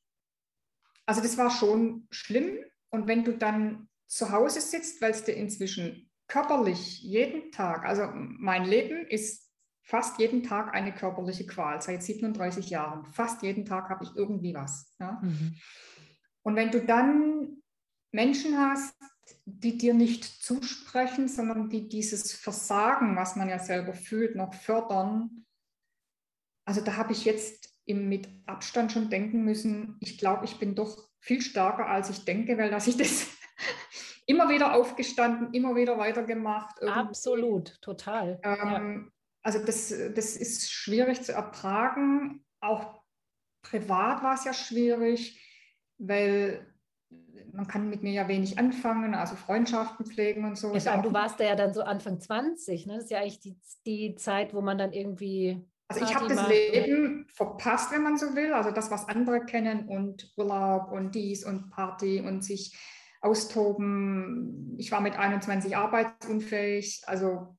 Also das war schon schlimm. Und wenn du dann zu Hause sitzt, weil es dir inzwischen körperlich jeden Tag, also mein Leben ist fast jeden Tag eine körperliche Qual, seit siebenunddreißig Jahren. Fast jeden Tag habe ich irgendwie was. Ja? Mhm. Und wenn du dann Menschen hast, die dir nicht zusprechen, sondern die dieses Versagen, was man ja selber fühlt, noch fördern, also da habe ich jetzt im, mit Abstand schon denken müssen, ich glaube, ich bin doch viel stärker, als ich denke, weil dass ich das immer wieder aufgestanden, immer wieder weitergemacht. Irgendwie. Absolut, total. Ja. Ähm, also das, das ist schwierig zu ertragen. Auch privat war es ja schwierig, weil man kann mit mir ja wenig anfangen, also Freundschaften pflegen und so Ja, ist vor ja allem, auch. du warst da ja dann so Anfang zwanzig, ne? Das ist ja eigentlich die, die Zeit, wo man dann irgendwie Also ich habe Party das macht und Leben verpasst, wenn man so will. Also das, was andere kennen und Urlaub und dies und Party und sich austoben. Ich war mit einundzwanzig arbeitsunfähig. Also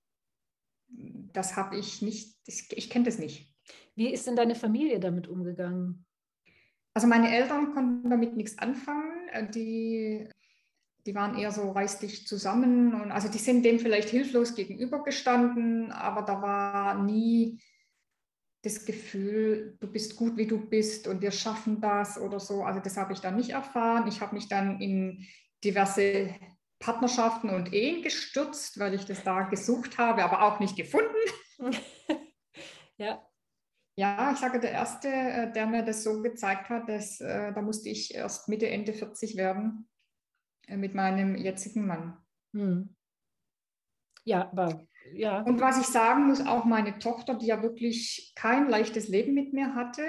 das habe ich nicht, ich, ich kenne das nicht. wie ist denn deine Familie damit umgegangen? Also meine Eltern konnten damit nichts anfangen. Die, die waren eher so reiß dich zusammen. Und also die sind dem vielleicht hilflos gegenübergestanden, aber da war nie das Gefühl, du bist gut, wie du bist und wir schaffen das oder so. Also das habe ich dann nicht erfahren. Ich habe mich dann in diverse Partnerschaften und Ehen gestürzt, weil ich das da gesucht habe, aber auch nicht gefunden. Ja. Ja, ich sage, der Erste, äh, der mir das so gezeigt hat, dass, äh, da musste ich erst Mitte, Ende vierzig werden äh, mit meinem jetzigen Mann. Hm. Ja, aber ja. Und was ich sagen muss, auch meine Tochter, die ja wirklich kein leichtes Leben mit mir hatte,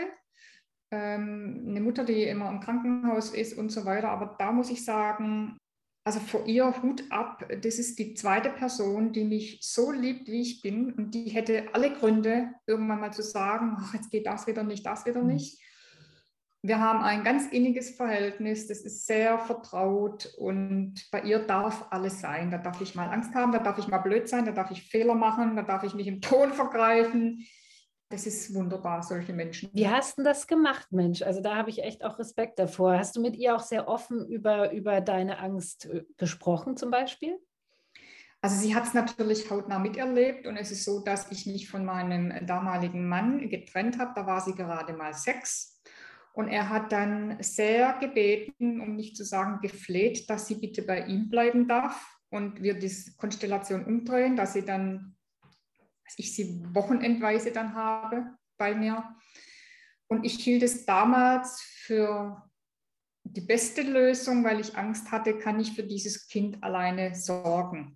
ähm, eine Mutter, die immer im Krankenhaus ist und so weiter, aber da muss ich sagen, also vor ihr Hut ab, das ist die zweite Person, die mich so liebt, wie ich bin, und die hätte alle Gründe, irgendwann mal zu sagen, ach, jetzt geht das wieder nicht, das wieder nicht. Wir haben ein ganz inniges Verhältnis, das ist sehr vertraut, und bei ihr darf alles sein. Da darf ich mal Angst haben, da darf ich mal blöd sein, da darf ich Fehler machen, da darf ich mich im Ton vergreifen. Das ist wunderbar, solche Menschen. Wie hast du das gemacht, Mensch? Also da habe ich echt auch Respekt davor. Hast du mit ihr auch sehr offen über, über deine Angst äh, gesprochen zum Beispiel? Also sie hat es natürlich hautnah miterlebt, und es ist so, dass ich mich von meinem damaligen Mann getrennt habe. Da war sie gerade mal sechs, und er hat dann sehr gebeten, um nicht zu sagen gefleht, dass sie bitte bei ihm bleiben darf und wir die Konstellation umdrehen, dass sie dann, dass ich sie wochenendweise dann habe bei mir. Und ich hielt es damals für die beste Lösung, weil ich Angst hatte, kann ich für dieses Kind alleine sorgen.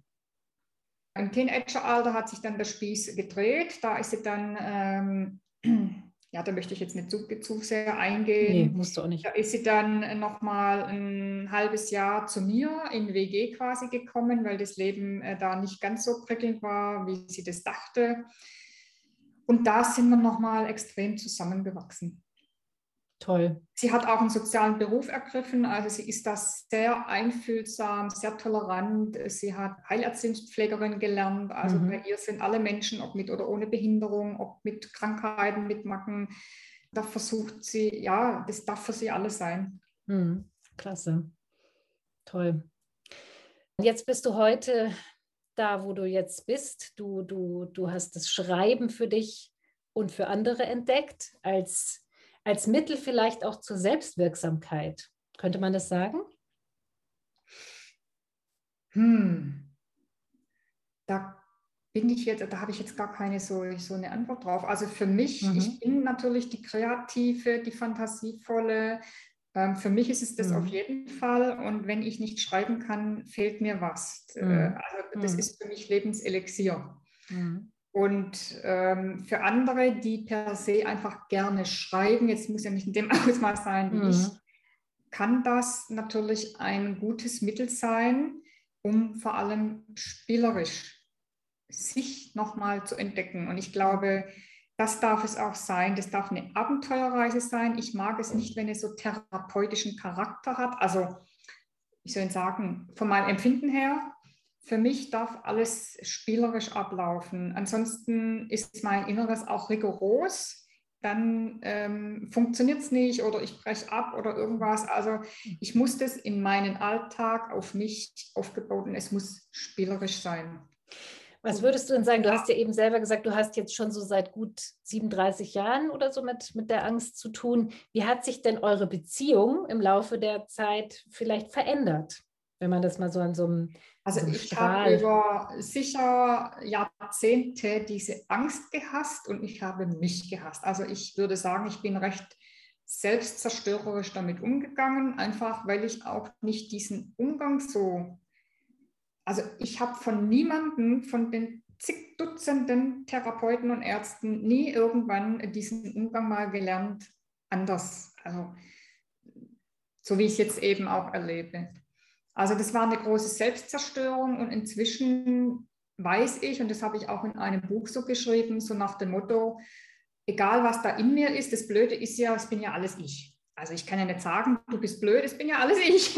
Im Teenageralter hat sich dann der Spieß gedreht. Da ist sie dann, ähm, ja, da möchte ich jetzt nicht zu, zu sehr eingehen. Nee, musst du auch nicht. Da ist sie dann nochmal ein halbes Jahr zu mir in W G quasi gekommen, weil das Leben äh, da nicht ganz so prickelnd war, wie sie das dachte. Und da sind wir nochmal extrem zusammengewachsen. Toll. Sie hat auch einen sozialen Beruf ergriffen, also sie ist da sehr einfühlsam, sehr tolerant. Sie hat Heilerziehungspflegerin gelernt, also mhm. bei ihr sind alle Menschen, ob mit oder ohne Behinderung, ob mit Krankheiten, mit Macken, da versucht sie, ja, das darf für sie alles sein. Mhm. Klasse. Toll. Jetzt bist du heute da, wo du jetzt bist. Du, du, du hast das Schreiben für dich und für andere entdeckt als als Mittel vielleicht auch zur Selbstwirksamkeit. Könnte man das sagen? Hm. Da bin ich jetzt, da habe ich jetzt gar keine so, so eine Antwort drauf. Also für mich, mhm. ich bin natürlich die Kreative, die Fantasievolle. Ähm, für mich ist es das mhm. auf jeden Fall. Und wenn ich nicht schreiben kann, fehlt mir was. Mhm. Äh, also das mhm. ist für mich Lebenselixier. Mhm. Und ähm, für andere, die per se einfach gerne schreiben, jetzt muss ja nicht in dem Ausmaß sein wie mhm. ich, kann das natürlich ein gutes Mittel sein, um vor allem spielerisch sich nochmal zu entdecken. Und ich glaube, das darf es auch sein. Das darf eine Abenteuerreise sein. Ich mag es nicht, wenn es so therapeutischen Charakter hat. Also, ich soll sagen, von meinem Empfinden her, für mich darf alles spielerisch ablaufen. Ansonsten ist mein Inneres auch rigoros. Dann ähm, funktioniert es nicht oder ich breche ab oder irgendwas. Also ich muss das in meinen Alltag auf mich aufgebaut und es muss spielerisch sein. Was würdest du denn sagen? Du hast ja eben selber gesagt, du hast jetzt schon so seit gut siebenunddreißig Jahren oder so mit, mit der Angst zu tun. Wie hat sich denn eure Beziehung im Laufe der Zeit vielleicht verändert? Wenn man das mal so an so einem Also so einem ich Strahl... habe über sicher Jahrzehnte diese Angst gehasst und ich habe mich gehasst. Also ich würde sagen, ich bin recht selbstzerstörerisch damit umgegangen, einfach weil ich auch nicht diesen Umgang so... Also ich habe von niemandem, von den zig Dutzenden Therapeuten und Ärzten nie irgendwann diesen Umgang mal gelernt, anders. Also so wie ich es jetzt eben auch erlebe. Also das war eine große Selbstzerstörung und inzwischen weiß ich, und das habe ich auch in einem Buch so geschrieben, so nach dem Motto, egal was da in mir ist, das Blöde ist ja, es bin ja alles ich. Also ich kann ja nicht sagen, du bist blöd, es bin ja alles ich.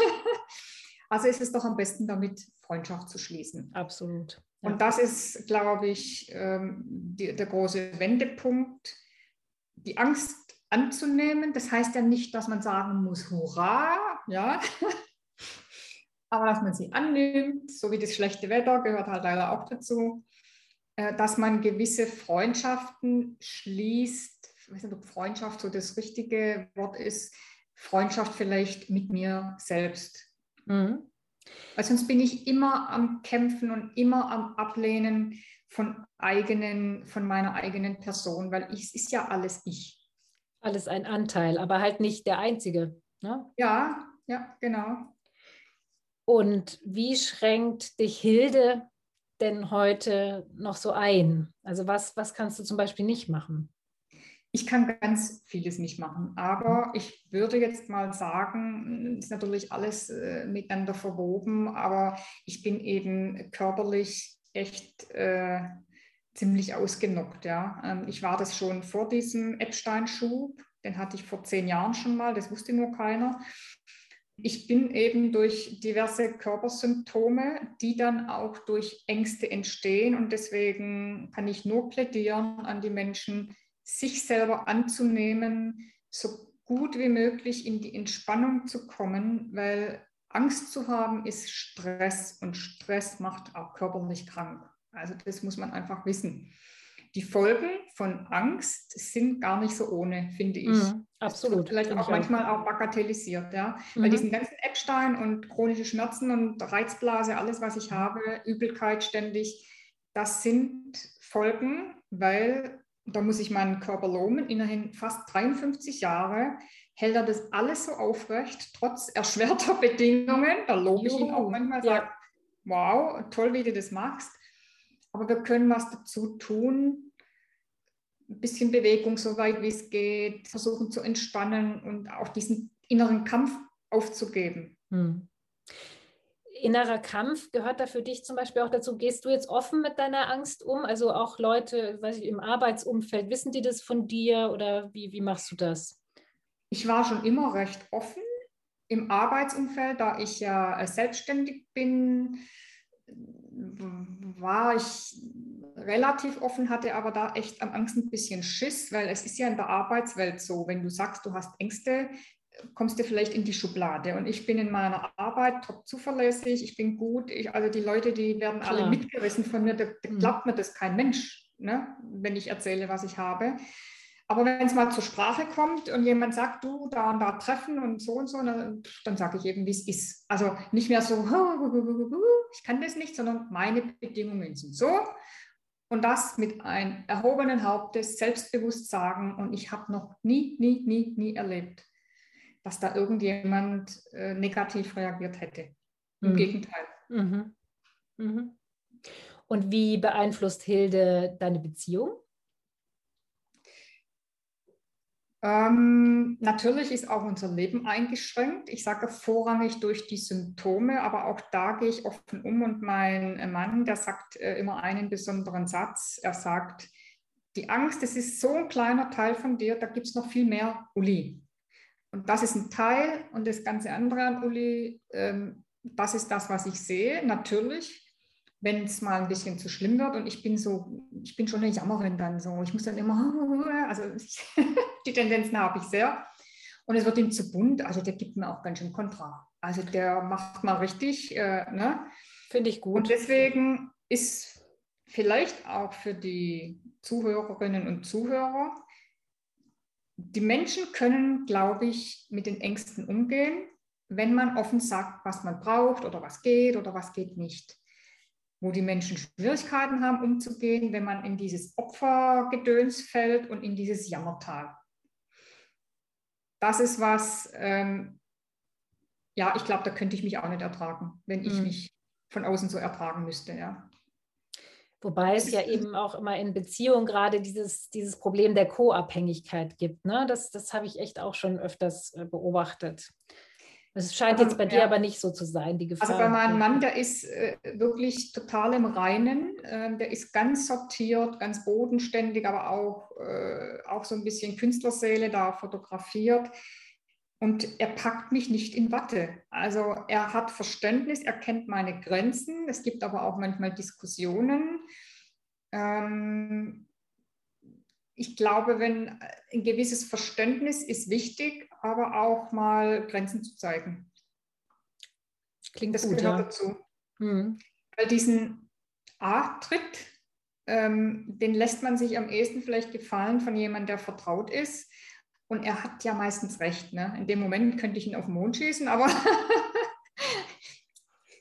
Also ist es doch am besten damit, Freundschaft zu schließen. Absolut. Ja. Und das ist, glaube ich, die, der große Wendepunkt, die Angst anzunehmen. Das heißt ja nicht, dass man sagen muss, hurra, ja, aber dass man sie annimmt, so wie das schlechte Wetter gehört halt leider auch dazu, dass man gewisse Freundschaften schließt. Ich weiß nicht, ob Freundschaft so das richtige Wort ist. Freundschaft vielleicht mit mir selbst. Mhm. Weil sonst bin ich immer am Kämpfen und immer am Ablehnen von eigenen, von meiner eigenen Person, weil ich, es ist ja alles ich. Alles ein Anteil, aber halt nicht der einzige. Ne? Ja, ja, genau. Und wie schränkt dich Hilde denn heute noch so ein? Also was, was kannst du zum Beispiel nicht machen? Ich kann ganz vieles nicht machen, aber ich würde jetzt mal sagen, ist natürlich alles äh, miteinander verwoben, aber ich bin eben körperlich echt äh, ziemlich ausgenockt. Ja. Ähm, ich war das schon vor diesem Epstein-Schub, den hatte ich vor zehn Jahren schon mal, das wusste nur keiner. Ich bin eben durch diverse Körpersymptome, die dann auch durch Ängste entstehen, und deswegen kann ich nur plädieren an die Menschen, sich selber anzunehmen, so gut wie möglich in die Entspannung zu kommen, weil Angst zu haben ist Stress, und Stress macht auch körperlich krank. Also das muss man einfach wissen. Die Folgen von Angst sind gar nicht so ohne, finde ich. Mhm, Es wird absolut, vielleicht finde auch ich auch. manchmal auch bagatellisiert, ja. Weil Mhm. diesen ganzen Epstein und chronische Schmerzen und Reizblase, alles, was ich habe, Übelkeit ständig, das sind Folgen, weil da muss ich meinen Körper loben. Immerhin fast dreiundfünfzig Jahre hält er das alles so aufrecht, trotz erschwerter Bedingungen. Da lobe ich ihn auch Juhu, manchmal, sage, ja. wow, toll, wie du das machst. Aber wir können was dazu tun, ein bisschen Bewegung, so weit wie es geht, versuchen zu entspannen und auch diesen inneren Kampf aufzugeben. Hm. Innerer Kampf, gehört da für dich zum Beispiel auch dazu? Gehst du jetzt offen mit deiner Angst um? Also auch Leute, weiß ich, im Arbeitsumfeld, wissen die das von dir oder wie, wie machst du das? Ich war schon immer recht offen im Arbeitsumfeld, da ich ja selbstständig bin, war ich relativ offen, hatte aber da echt am Angst ein bisschen Schiss, weil es ist ja in der Arbeitswelt so, wenn du sagst, du hast Ängste, kommst du vielleicht in die Schublade. Und ich bin in meiner Arbeit top zuverlässig, ich bin gut, ich, also die Leute, die werden alle Klar. mitgerissen von mir, da, da glaubt mir das kein Mensch, ne, wenn ich erzähle, was ich habe. Aber wenn es mal zur Sprache kommt und jemand sagt, du, da und da treffen und so und so, dann, dann sage ich eben, wie es ist. Also nicht mehr so, ich kann das nicht, sondern meine Bedingungen sind so. Und das mit einem erhobenen Hauptes, selbstbewusst sagen. Und ich habe noch nie, nie, nie, nie erlebt, dass da irgendjemand äh, negativ reagiert hätte. Im Mhm. Gegenteil. Mhm. Mhm. Und wie beeinflusst Hilde deine Beziehung? Ähm, natürlich ist auch unser Leben eingeschränkt. Ich sage vorrangig durch die Symptome, aber auch da gehe ich offen um. Und mein Mann, der sagt äh, immer einen besonderen Satz. Er sagt, die Angst, das ist so ein kleiner Teil von dir, da gibt es noch viel mehr, Uli. Und das ist ein Teil, und das ganze andere an Uli, ähm, das ist das, was ich sehe. Natürlich, wenn es mal ein bisschen zu schlimm wird, und ich bin so, ich bin schon eine Jammerin dann so. Ich muss dann immer, also ich, die Tendenzen habe ich sehr. Und es wird ihm zu bunt, also der gibt mir auch ganz schön Kontra. Also der macht mal richtig, äh, ne? Finde ich Und gut. deswegen ist vielleicht auch für die Zuhörerinnen und Zuhörer, die Menschen können, glaube ich, mit den Ängsten umgehen, wenn man offen sagt, was man braucht oder was geht oder was geht nicht. Wo die Menschen Schwierigkeiten haben, umzugehen, wenn man in dieses Opfergedöns fällt und in dieses Jammertal. Das ist was, ähm, ja, ich glaube, da könnte ich mich auch nicht ertragen, wenn ich Mhm. mich von außen so ertragen müsste, ja. Wobei es ja eben auch immer in Beziehung gerade dieses, dieses Problem der Co-Abhängigkeit gibt. Ne? Das, das habe ich echt auch schon öfters äh, beobachtet. Es scheint Also, jetzt bei dir ja. aber nicht so zu sein, die Also bei Gefahr. meinem Mann, der ist äh, wirklich total im Reinen. Ähm, der ist ganz sortiert, ganz bodenständig, aber auch, äh, auch so ein bisschen Künstlerseele da fotografiert. Und er packt mich nicht in Watte. Also er hat Verständnis, er kennt meine Grenzen. Es gibt aber auch manchmal Diskussionen. Ähm, ich glaube, wenn ein gewisses Verständnis ist wichtig, aber auch mal Grenzen zu zeigen. Klingt Das gut, gehört ja. dazu. Mhm. Weil diesen A-Tritt, ähm, den lässt man sich am ehesten vielleicht gefallen von jemandem, der vertraut ist. Und er hat ja meistens recht. Ne? In dem Moment könnte ich ihn auf den Mond schießen, aber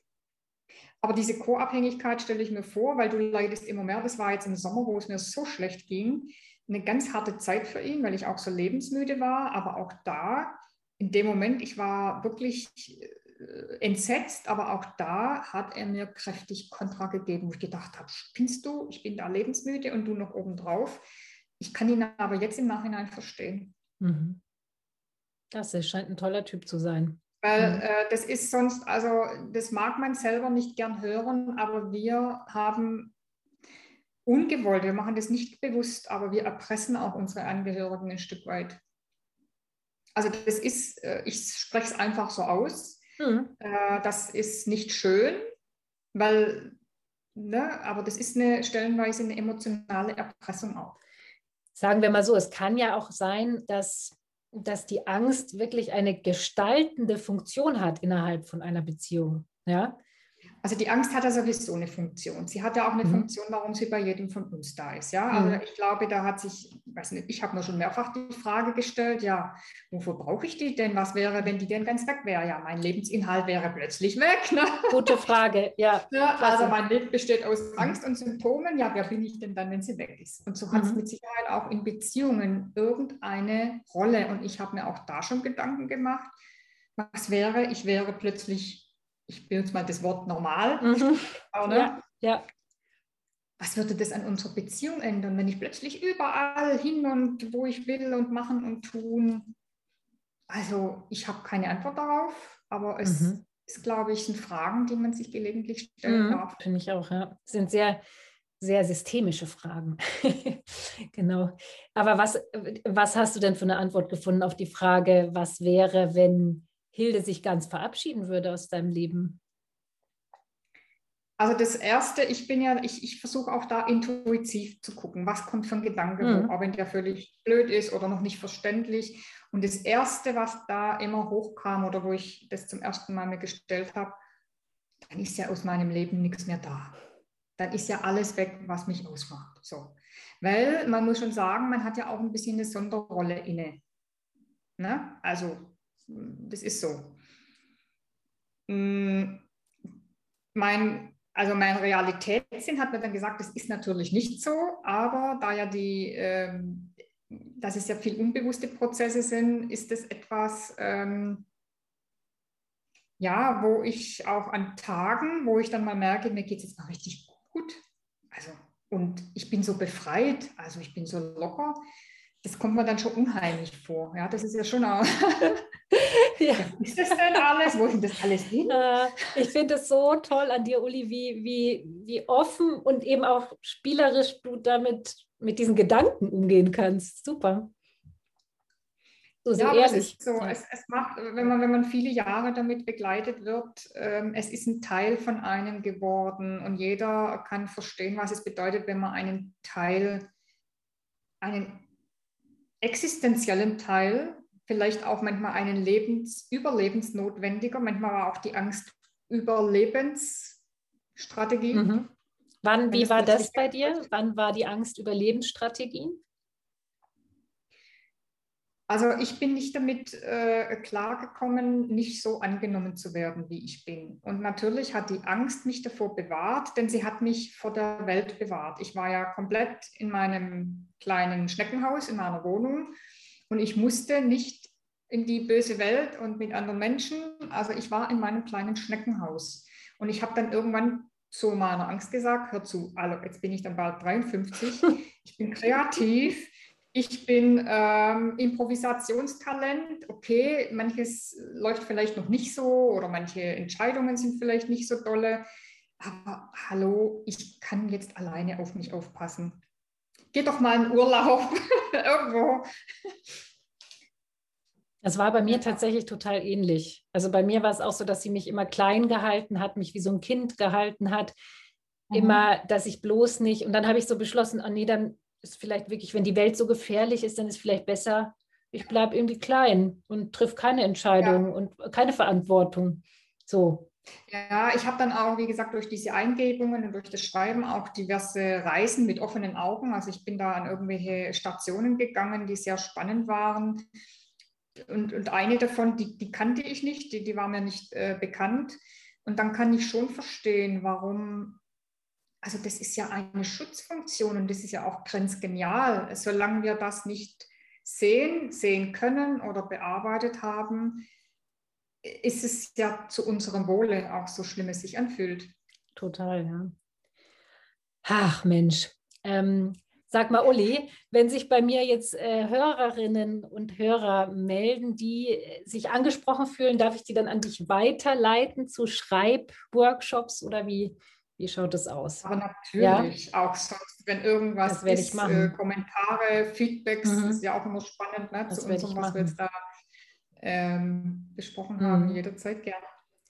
Aber diese Co-Abhängigkeit stelle ich mir vor, weil du leidest immer mehr. Das war jetzt im Sommer, wo es mir so schlecht ging, eine ganz harte Zeit für ihn, weil ich auch so lebensmüde war. Aber auch da, in dem Moment, ich war wirklich entsetzt, aber auch da hat er mir kräftig Kontra gegeben, wo ich gedacht habe, spinnst du? Ich bin da lebensmüde und du noch obendrauf. Ich kann ihn aber jetzt im Nachhinein verstehen. Mhm. Das ist, scheint ein toller Typ zu sein. Weil Mhm. äh, das ist sonst, also das mag man selber nicht gern hören, aber wir haben ungewollt, wir machen das nicht bewusst, aber wir erpressen auch unsere Angehörigen ein Stück weit. Also das ist, äh, ich spreche es einfach so aus, Mhm. äh, das ist nicht schön, weil, ne, aber das ist eine stellenweise eine emotionale Erpressung auch. Sagen wir mal so, es kann ja auch sein, dass, dass die Angst wirklich eine gestaltende Funktion hat innerhalb von einer Beziehung. Ja? Also die Angst hat ja sowieso eine Funktion. Sie hat ja auch eine Mhm. Funktion, warum sie bei jedem von uns da ist. Ja, also Mhm. ich glaube, da hat sich, weiß nicht, ich habe mir schon mehrfach die Frage gestellt, ja, wofür brauche ich die denn? Was wäre, wenn die denn ganz weg wäre? Ja, mein Lebensinhalt wäre plötzlich weg. Ne? Gute Frage, ja, Ja, also klasse. mein Leben besteht aus Mhm. Angst und Symptomen. Ja, wer bin ich denn dann, wenn sie weg ist? Und so hat es Mhm. mit Sicherheit auch in Beziehungen irgendeine Rolle. Und ich habe mir auch da schon Gedanken gemacht, was wäre, ich wäre plötzlich, ich benutze mal das Wort normal, Mhm. auch, Ja, ne? ja. Was würde das an unserer Beziehung ändern, wenn ich plötzlich überall hin und wo ich will und machen und tun? Also ich habe keine Antwort darauf, aber es Mhm. ist, glaube ich, sind Fragen, die man sich gelegentlich stellen Mhm. darf. Finde ich auch, ja. Das sind sehr, sehr systemische Fragen. Genau. Aber was, was hast du denn für eine Antwort gefunden auf die Frage, was wäre, wenn Hilde sich ganz verabschieden würde aus deinem Leben? Also das Erste, ich bin ja, ich, ich versuche auch da intuitiv zu gucken, was kommt für ein Gedanke hoch, Mhm. auch wenn der völlig blöd ist oder noch nicht verständlich. Und das Erste, was da immer hochkam oder wo ich das zum ersten Mal mir gestellt habe, dann ist ja aus meinem Leben nichts mehr da. Dann ist ja alles weg, was mich ausmacht. So. Weil man muss schon sagen, man hat ja auch ein bisschen eine Sonderrolle inne. Ne? Also das ist so. Mein, also mein Realitätssinn hat mir dann gesagt, das ist natürlich nicht so, aber da ja die, ähm, dass es ja viel unbewusste Prozesse sind, ist es etwas, ähm, ja, wo ich auch an Tagen, wo ich dann mal merke, mir geht es jetzt mal richtig gut. Also, und ich bin so befreit, also ich bin so locker, das kommt mir dann schon unheimlich vor. Ja, das ist ja schon auch, Ja. ja, wo ist das denn alles? Wo ist denn das alles hin? Äh, ich finde es so toll an dir, Uli, wie, wie, wie offen und eben auch spielerisch du damit mit diesen Gedanken umgehen kannst. Super. So, so Ja, aber das ist ehrlich. so, Ja. es, es macht, wenn man, wenn man viele Jahre damit begleitet wird, ähm, es ist ein Teil von einem geworden und jeder kann verstehen, was es bedeutet, wenn man einen Teil, einen existenziellen Teil, vielleicht auch manchmal einen Lebens, überlebensnotwendiger, manchmal war auch die Angst Überlebensstrategie, Mhm. Wann, wenn wie das war plötzlich das bei dir? wegbricht. Wann war die Angst Überlebensstrategien? Also ich bin nicht damit äh, klargekommen, nicht so angenommen zu werden, wie ich bin. Und natürlich hat die Angst mich davor bewahrt, denn sie hat mich vor der Welt bewahrt. Ich war ja komplett in meinem kleinen Schneckenhaus, in meiner Wohnung und ich musste nicht in die böse Welt und mit anderen Menschen. Also ich war in meinem kleinen Schneckenhaus. Und ich habe dann irgendwann zu meiner Angst gesagt, hör zu, also jetzt bin ich dann bald dreiundfünfzig, ich bin kreativ. Ich bin ähm, Improvisationstalent. Okay, manches läuft vielleicht noch nicht so oder manche Entscheidungen sind vielleicht nicht so dolle. Aber hallo, ich kann jetzt alleine auf mich aufpassen. Geh doch mal in Urlaub irgendwo. Das war bei mir Ja. tatsächlich total ähnlich. Also bei mir war es auch so, dass sie mich immer klein gehalten hat, mich wie so ein Kind gehalten hat. Mhm. Immer, dass ich bloß nicht. Und dann habe ich so beschlossen, ah nee, dann ist vielleicht wirklich, wenn die Welt so gefährlich ist, dann ist vielleicht besser, ich bleibe irgendwie klein und triff keine Entscheidung Ja. und keine Verantwortung. So. Ja, ich habe dann auch, wie gesagt, durch diese Eingebungen und durch das Schreiben auch diverse Reisen mit offenen Augen. Also ich bin da an irgendwelche Stationen gegangen, die sehr spannend waren. Und, und eine davon, die, die kannte ich nicht, die, die war mir nicht äh, bekannt. Und dann kann ich schon verstehen, warum, also das ist ja eine Schutzfunktion und das ist ja auch grenzgenial. Solange wir das nicht sehen, sehen können oder bearbeitet haben, ist es ja zu unserem Wohle auch so schlimm es sich anfühlt. Total, ja. Ach Mensch, ähm, sag mal, Uli, wenn sich bei mir jetzt äh, Hörerinnen und Hörer melden, die äh, sich angesprochen fühlen, darf ich die dann an dich weiterleiten zu Schreibworkshops oder wie, wie schaut das aus? Aber natürlich, ja? Auch sonst, wenn irgendwas ist, äh, Kommentare, Feedbacks, mhm. ist ja auch immer spannend, ne, zu unserem, was wir jetzt da ähm, besprochen mhm. haben, jederzeit gerne.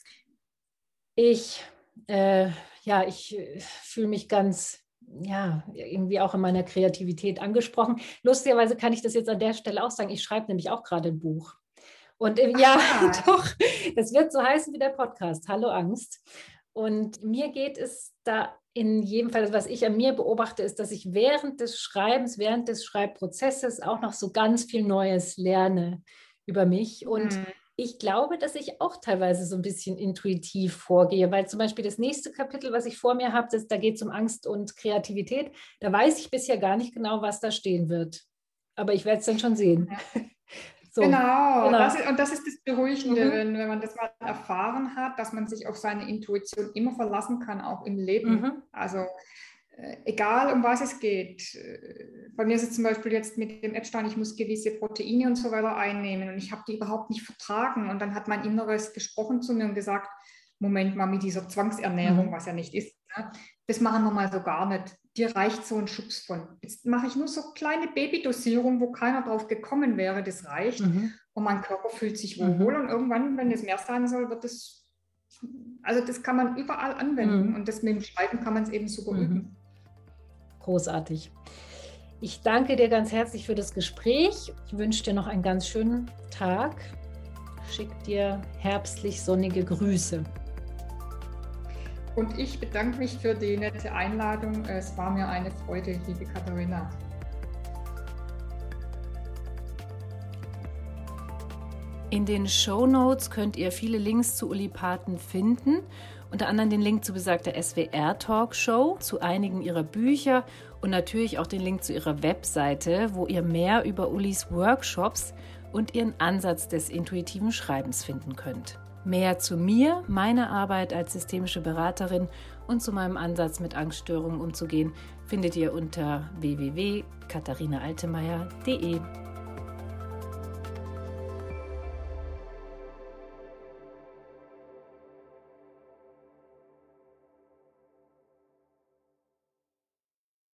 Ich, äh, ja, ich äh, fühle mich ganz... ja, irgendwie auch in meiner Kreativität angesprochen. Lustigerweise kann ich das jetzt an der Stelle auch sagen. Ich schreibe nämlich auch gerade ein Buch. Und äh, ja, doch, das wird so heißen wie der Podcast, Hallo Angst. Und mir geht es da in jedem Fall, was ich an mir beobachte, ist, dass ich während des Schreibens, während des Schreibprozesses auch noch so ganz viel Neues lerne über mich. Und mhm. ich glaube, dass ich auch teilweise so ein bisschen intuitiv vorgehe, weil zum Beispiel das nächste Kapitel, was ich vor mir habe, das, da geht es um Angst und Kreativität. Da weiß ich bisher gar nicht genau, was da stehen wird. Aber ich werde es dann schon sehen. Ja. So. Genau, genau. Das ist, und das ist das Beruhigende, mhm. wenn, wenn man das mal erfahren hat, dass man sich auf seine Intuition immer verlassen kann, auch im Leben. Mhm. Also egal, um was es geht. Bei mir ist es zum Beispiel jetzt mit dem Epstein, ich muss gewisse Proteine und so weiter einnehmen und ich habe die überhaupt nicht vertragen. Und dann hat mein Inneres gesprochen zu mir und gesagt, Moment mal, mit dieser Zwangsernährung, mhm. was ja nicht ist, ne? Das machen wir mal so gar nicht. Dir reicht so ein Schubs von. Jetzt mache ich nur so kleine Babydosierung, wo keiner drauf gekommen wäre, das reicht. Mhm. Und mein Körper fühlt sich wohl. Mhm. Und irgendwann, wenn es mehr sein soll, wird es, also das kann man überall anwenden. Mhm. Und das mit dem Schreiben kann man es eben super mhm. üben. Großartig. Ich danke dir ganz herzlich für das Gespräch. Ich wünsche dir noch einen ganz schönen Tag. Schick dir herbstlich sonnige Grüße. Und ich bedanke mich für die nette Einladung. Es war mir eine Freude, liebe Katharina. In den Shownotes könnt ihr viele Links zu Uli Paten finden. Unter anderem den Link zu besagter S W R-Talkshow, zu einigen ihrer Bücher und natürlich auch den Link zu ihrer Webseite, wo ihr mehr über Ulis Workshops und ihren Ansatz des intuitiven Schreibens finden könnt. Mehr zu mir, meiner Arbeit als systemische Beraterin und zu meinem Ansatz, mit Angststörungen umzugehen, findet ihr unter w w w punkt katharina altemeyer punkt de.